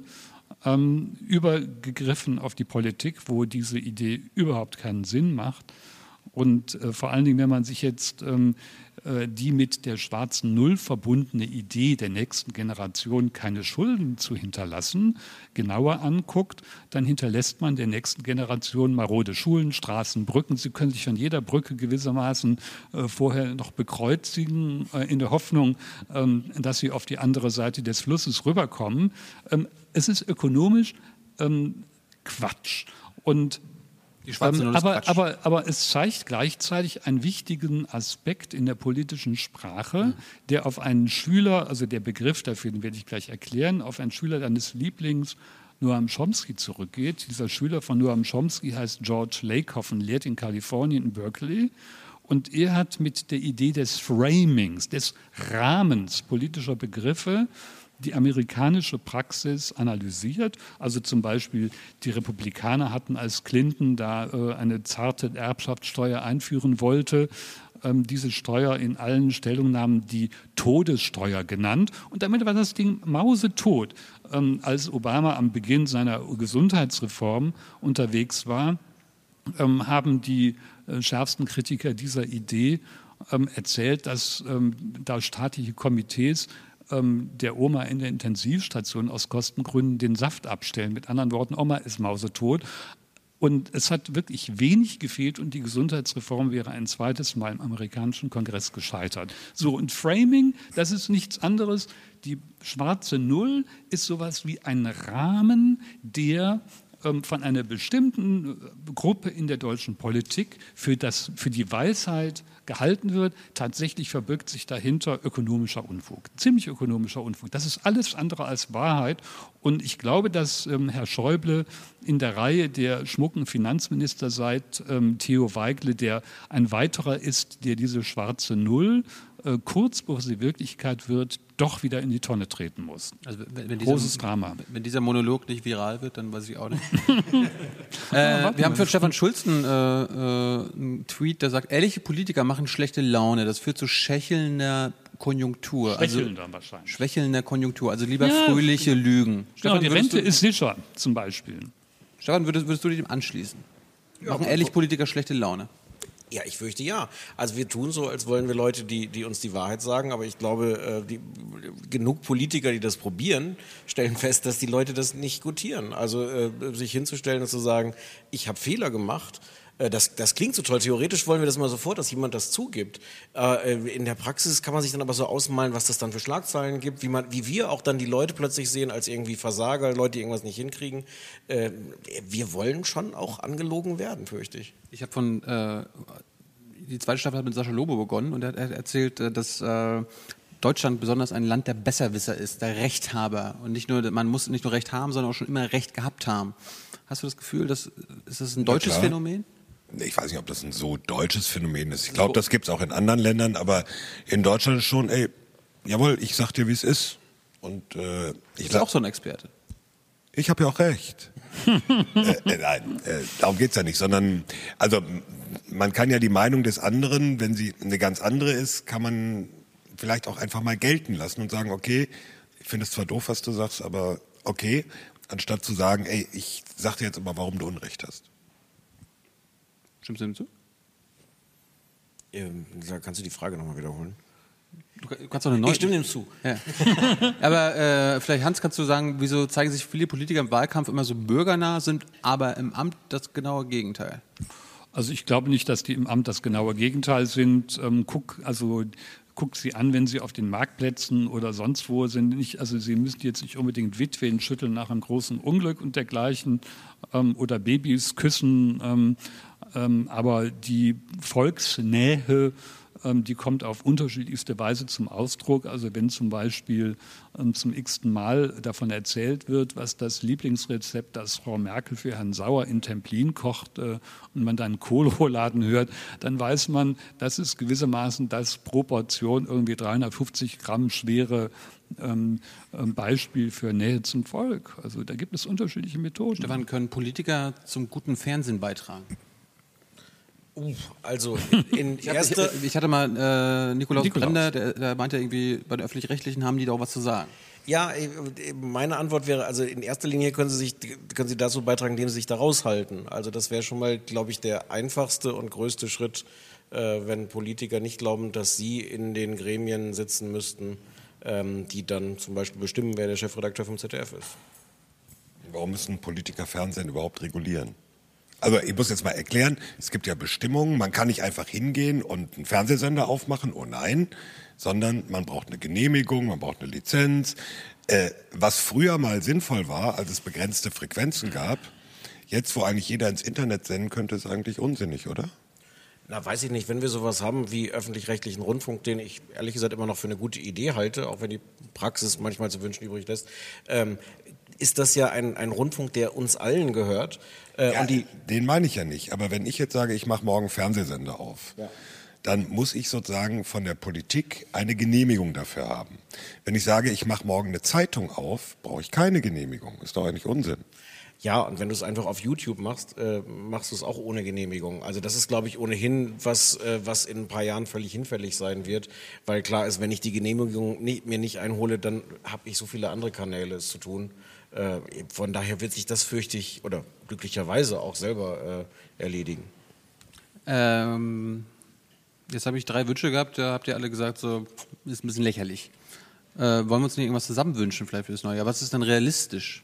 übergegriffen auf die Politik, wo diese Idee überhaupt keinen Sinn macht. Und vor allen Dingen, wenn man sich jetzt die mit der schwarzen Null verbundene Idee der nächsten Generation, keine Schulden zu hinterlassen, genauer anguckt, dann hinterlässt man der nächsten Generation marode Schulen, Straßen, Brücken. Sie können sich von jeder Brücke gewissermaßen vorher noch bekreuzigen, in der Hoffnung, dass sie auf die andere Seite des Flusses rüberkommen. Es ist ökonomisch Quatsch. Und aber es zeigt gleichzeitig einen wichtigen Aspekt in der politischen Sprache, der auf einen Schüler, also der Begriff dafür, den werde ich gleich erklären, auf einen Schüler deines Lieblings Noam Chomsky zurückgeht. Dieser Schüler von Noam Chomsky heißt George Lakoff und lehrt in Kalifornien in Berkeley. Und er hat mit der Idee des Framings, des Rahmens politischer Begriffe, die amerikanische Praxis analysiert. Also zum Beispiel die Republikaner hatten, als Clinton da eine zarte Erbschaftssteuer einführen wollte, diese Steuer in allen Stellungnahmen die Todessteuer genannt. Und damit war das Ding mausetot. Als Obama am Beginn seiner Gesundheitsreform unterwegs war, haben die schärfsten Kritiker dieser Idee erzählt, dass da staatliche Komitees der Oma in der Intensivstation aus Kostengründen den Saft abstellen. Mit anderen Worten, Oma ist mausetot. Und es hat wirklich wenig gefehlt und die Gesundheitsreform wäre ein zweites Mal im amerikanischen Kongress gescheitert. So, und Framing, das ist nichts anderes. Die schwarze Null ist sowas wie ein Rahmen, der von einer bestimmten Gruppe in der deutschen Politik für die Weisheit gehalten wird. Tatsächlich verbirgt sich dahinter ökonomischer Unfug, ziemlich ökonomischer Unfug. Das ist alles andere als Wahrheit. Und ich glaube, dass Herr Schäuble in der Reihe der schmucken Finanzminister seit Theo Weigle, der ein weiterer ist, der diese schwarze Null kurz bevor sie Wirklichkeit wird, doch wieder in die Tonne treten muss. Also wenn großes Drama. Wenn dieser Monolog nicht viral wird, dann weiß ich auch nicht. Wir haben für Stefan Schulz einen Tweet, der sagt, ehrliche Politiker machen schlechte Laune. Das führt zu schwächelnder Konjunktur. Schwächelnder wahrscheinlich. Schwächelnder Konjunktur, also lieber fröhliche Lügen. Stefan, die Rente ist sicher, zum Beispiel. Stefan, würdest du dem anschließen? Machen ehrliche Politiker schlechte Laune? Ja, ich fürchte ja. Also wir tun so, als wollen wir Leute, die uns die Wahrheit sagen, aber ich glaube, genug Politiker, die das probieren, stellen fest, dass die Leute das nicht gutieren. Also sich hinzustellen und zu sagen, ich habe Fehler gemacht, das klingt so toll. Theoretisch wollen wir das mal sofort, dass jemand das zugibt. In der Praxis kann man sich dann aber so ausmalen, was das dann für Schlagzeilen gibt, wie wir auch dann die Leute plötzlich sehen als irgendwie Versager, Leute, die irgendwas nicht hinkriegen. Wir wollen schon auch angelogen werden, fürchte ich. Ich habe die zweite Staffel hat mit Sascha Lobo begonnen und er hat erzählt, dass Deutschland besonders ein Land der Besserwisser ist, der Rechthaber. Und man muss nicht nur Recht haben, sondern auch schon immer Recht gehabt haben. Hast du das Gefühl, ist das ein deutsches Phänomen? Ich weiß nicht, ob das ein so deutsches Phänomen ist. Ich glaube, das gibt es auch in anderen Ländern, aber in Deutschland schon, jawohl, ich sag dir, wie es ist. Und Du bist auch so ein Experte. ich habe ja auch recht. Nein, darum geht's ja nicht, sondern also man kann ja die Meinung des anderen, wenn sie eine ganz andere ist, kann man vielleicht auch einfach mal gelten lassen und sagen, okay, ich finde es zwar doof, was du sagst, aber okay, anstatt zu sagen, ey, ich sag dir jetzt aber, warum du Unrecht hast. Stimmst du dem zu? Kannst du die Frage nochmal wiederholen? Du kannst doch eine neue. Ich stimme dem zu. Ja. Aber vielleicht, Hans, kannst du sagen, wieso zeigen sich viele Politiker im Wahlkampf immer so bürgernah, sind aber im Amt das genaue Gegenteil? Also ich glaube nicht, dass die im Amt das genaue Gegenteil sind. Guckt sie an, wenn sie auf den Marktplätzen oder sonst wo sind. Also sie müssen jetzt nicht unbedingt Witwen schütteln nach einem großen Unglück und dergleichen oder Babys küssen. Aber die Volksnähe, die kommt auf unterschiedlichste Weise zum Ausdruck. Also wenn zum Beispiel zum x-ten Mal davon erzählt wird, was das Lieblingsrezept, das Frau Merkel für Herrn Sauer in Templin kocht und man dann Kohlrouladen hört, dann weiß man, das ist gewissermaßen das Proportion irgendwie 350 Gramm schwere Beispiel für Nähe zum Volk. Also da gibt es unterschiedliche Methoden. Stefan, können Politiker zum guten Fernsehen beitragen? Also ich hatte mal Nikolaus Brender, der meinte irgendwie, bei den Öffentlich-Rechtlichen haben die da auch was zu sagen. Ja, meine Antwort wäre, also in erster Linie können Sie dazu beitragen, indem Sie sich da raushalten. Also das wäre schon mal, glaube ich, der einfachste und größte Schritt, wenn Politiker nicht glauben, dass sie in den Gremien sitzen müssten, die dann zum Beispiel bestimmen, wer der Chefredakteur vom ZDF ist. Warum müssen Politiker Fernsehen überhaupt regulieren? Also ich muss jetzt mal erklären, es gibt ja Bestimmungen, man kann nicht einfach hingehen und einen Fernsehsender aufmachen, oh nein, sondern man braucht eine Genehmigung, man braucht eine Lizenz. Was früher mal sinnvoll war, als es begrenzte Frequenzen gab, jetzt, wo eigentlich jeder ins Internet senden könnte, ist eigentlich unsinnig, oder? Na, weiß ich nicht, wenn wir sowas haben wie öffentlich-rechtlichen Rundfunk, den ich ehrlich gesagt immer noch für eine gute Idee halte, auch wenn die Praxis manchmal zu wünschen übrig lässt, ist das ja ein Rundfunk, der uns allen gehört. Den meine ich ja nicht. Aber wenn ich jetzt sage, ich mache morgen Fernsehsender auf, dann muss ich sozusagen von der Politik eine Genehmigung dafür haben. Wenn ich sage, ich mache morgen eine Zeitung auf, brauche ich keine Genehmigung. Ist doch eigentlich Unsinn. Ja, und wenn du es einfach auf YouTube machst, machst du es auch ohne Genehmigung. Also das ist, glaube ich, ohnehin was in ein paar Jahren völlig hinfällig sein wird. Weil klar ist, wenn ich die Genehmigung mir nicht einhole, dann habe ich so viele andere Kanäle es zu tun. Von daher wird sich das, fürchte ich, oder glücklicherweise auch selber erledigen. Jetzt habe ich 3 Wünsche gehabt, da habt ihr alle gesagt, so ist ein bisschen lächerlich. Wollen wir uns nicht irgendwas zusammen wünschen vielleicht für das neue Jahr? Was ist denn realistisch?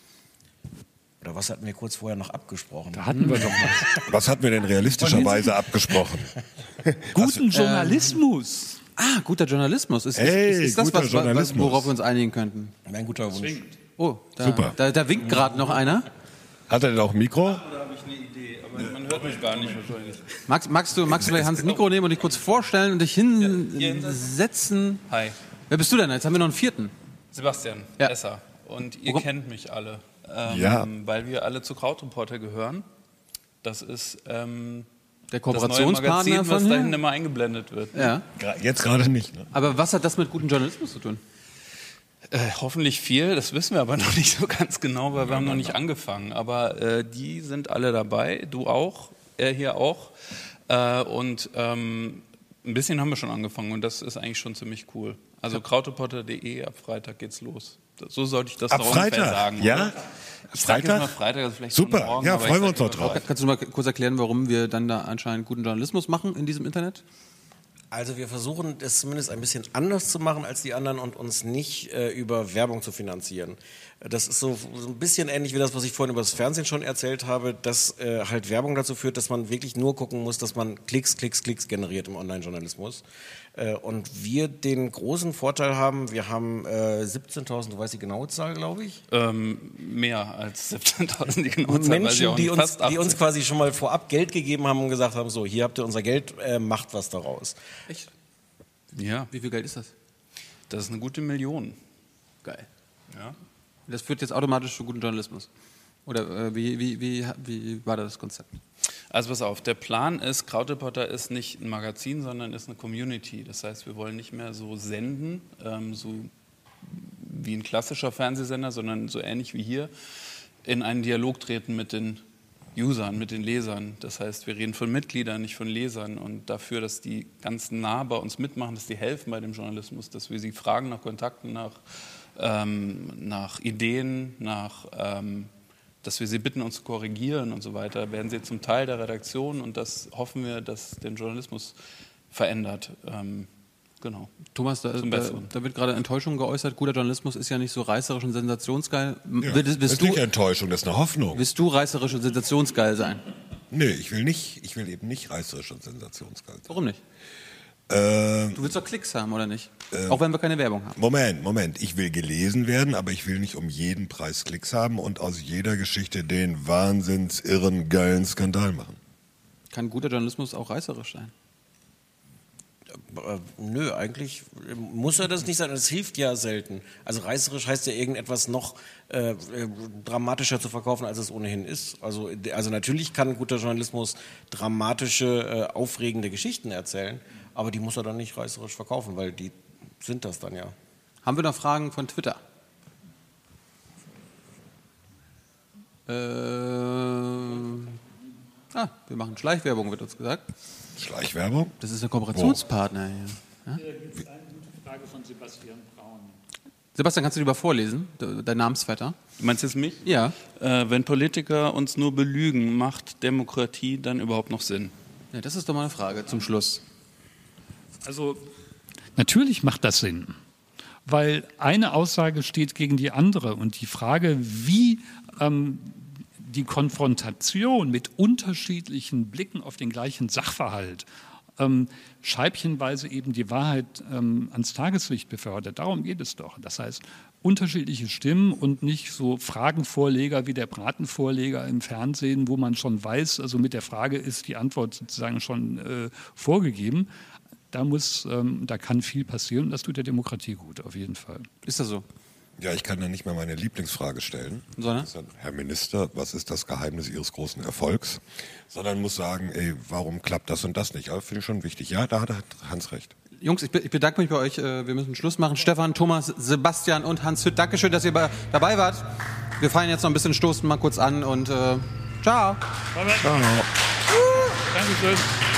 Oder was hatten wir kurz vorher noch abgesprochen? Da hatten wir doch was. Was hatten wir denn realistischerweise abgesprochen? Guten Journalismus. Guter Journalismus. Ist das guter Journalismus. worauf wir uns einigen könnten? Ein guter Wunsch. Oh, Super. Da winkt gerade noch einer. Hat er denn auch ein Mikro? Oder habe ich eine Idee? Aber man hört mich gar nicht wahrscheinlich. Magst du vielleicht Hans Mikro nehmen und dich kurz vorstellen und dich hinsetzen? Hi, Wer bist du denn? Jetzt haben wir noch einen 4. Sebastian Ja. Esser. Und ihr kennt mich alle, Ja. weil wir alle zu Krautreporter gehören. Das ist Der das neue Kooperationspartner Magazin, was von da hier? hinten immer eingeblendet wird. Ja. Jetzt gerade nicht. Ne? Aber was hat das mit gutem Journalismus zu tun? Hoffentlich viel, das wissen wir aber noch nicht so ganz genau, weil wir haben noch nicht angefangen. Aber die sind alle dabei, du auch, er hier auch. Und ein bisschen haben wir schon angefangen und das ist eigentlich schon ziemlich cool. Also krautreporter.de, ab Freitag geht's los. So sollte ich das Ab doch ungefähr Freitag, sagen. ja? Oder? Ich sage jetzt Freitag? mal Freitag, also vielleicht Super, schon morgen, ja, aber freuen wir ich uns doch sag drauf. Kannst du mal kurz erklären, warum wir dann da anscheinend guten Journalismus machen in diesem Internet? Also wir versuchen es zumindest ein bisschen anders zu machen als die anderen und uns nicht über Werbung zu finanzieren. Das ist so ein bisschen ähnlich wie das, was ich vorhin über das Fernsehen schon erzählt habe, dass halt Werbung dazu führt, dass man wirklich nur gucken muss, dass man Klicks generiert im Online-Journalismus. Und wir den großen Vorteil haben, wir haben 17.000, du weißt die genaue Zahl, glaube ich? Mehr als 17.000, die genaue Zahl weiß ich Menschen, auch nicht. Fast die uns 18. quasi schon mal vorab Geld gegeben haben und gesagt haben, so, hier habt ihr unser Geld, macht was daraus. Echt? Ja, Wie viel Geld ist das? das ist eine gute Million. Geil. Ja. Das führt jetzt automatisch zu gutem Journalismus. Oder wie war das Konzept? Also pass auf, der Plan ist, Krautreporter ist nicht ein Magazin, sondern ist eine Community. Das heißt, wir wollen nicht mehr so senden, so wie ein klassischer Fernsehsender, sondern so ähnlich wie hier, in einen Dialog treten mit den Usern, mit den Lesern. Das heißt, wir reden von Mitgliedern, nicht von Lesern. Und dafür, dass die ganz nah bei uns mitmachen, dass die helfen bei dem Journalismus, dass wir sie fragen nach Kontakten, nach Ideen, dass wir sie bitten, uns zu korrigieren und so weiter, werden sie zum Teil der Redaktion und das hoffen wir, dass den Journalismus verändert. Genau. Thomas, da wird gerade Enttäuschung geäußert. Guter Journalismus ist ja nicht so reißerisch und sensationsgeil. Ja, das ist nicht Enttäuschung, das ist eine Hoffnung. Willst du reißerisch und sensationsgeil sein? Nee, ich will eben nicht reißerisch und sensationsgeil sein. Warum nicht? Du willst doch Klicks haben, oder nicht? Auch wenn wir keine Werbung haben. Moment. Ich will gelesen werden, aber ich will nicht um jeden Preis Klicks haben und aus jeder Geschichte den wahnsinns irren, geilen Skandal machen. Kann guter Journalismus auch reißerisch sein? Nö, eigentlich muss er das nicht sein. Das hilft ja selten. Also reißerisch heißt ja irgendetwas noch dramatischer zu verkaufen, als es ohnehin ist. Also natürlich kann guter Journalismus dramatische, aufregende Geschichten erzählen, aber die muss er dann nicht reißerisch verkaufen, weil die sind das dann ja. Haben wir noch Fragen von Twitter? Wir machen Schleichwerbung, wird uns gesagt. Schleichwerbung? Das ist ein Kooperationspartner hier. Ja? Hier gibt es eine gute Frage von Sebastian Braun. Sebastian, kannst du lieber vorlesen, dein Namensvetter? Du meinst jetzt mich? Ja. Wenn Politiker uns nur belügen, macht Demokratie dann überhaupt noch Sinn? Ja, das ist doch mal eine Frage zum Schluss. Also natürlich macht das Sinn, weil eine Aussage steht gegen die andere und die Frage, wie die Konfrontation mit unterschiedlichen Blicken auf den gleichen Sachverhalt scheibchenweise eben die Wahrheit ans Tageslicht befördert. Darum geht es doch. Das heißt, unterschiedliche Stimmen und nicht so Fragenvorleger wie der Bratenvorleger im Fernsehen, wo man schon weiß, also mit der Frage ist die Antwort sozusagen schon vorgegeben. Da kann viel passieren und das tut der Demokratie gut, auf jeden Fall. Ist das so? Ja, ich kann dann nicht mehr meine Lieblingsfrage stellen. Sondern? Herr Minister, was ist das Geheimnis Ihres großen Erfolgs? Sondern muss sagen, warum klappt das und das nicht? Aber finde ich schon wichtig. Ja, da hat Hans recht. Jungs, ich bedanke mich bei euch. Wir müssen Schluss machen. Stefan, Thomas, Sebastian und Hans Hütt, Dankeschön, dass ihr dabei wart. Wir feiern jetzt noch ein bisschen, stoßen mal kurz an und ciao. Ciao. Dankeschön.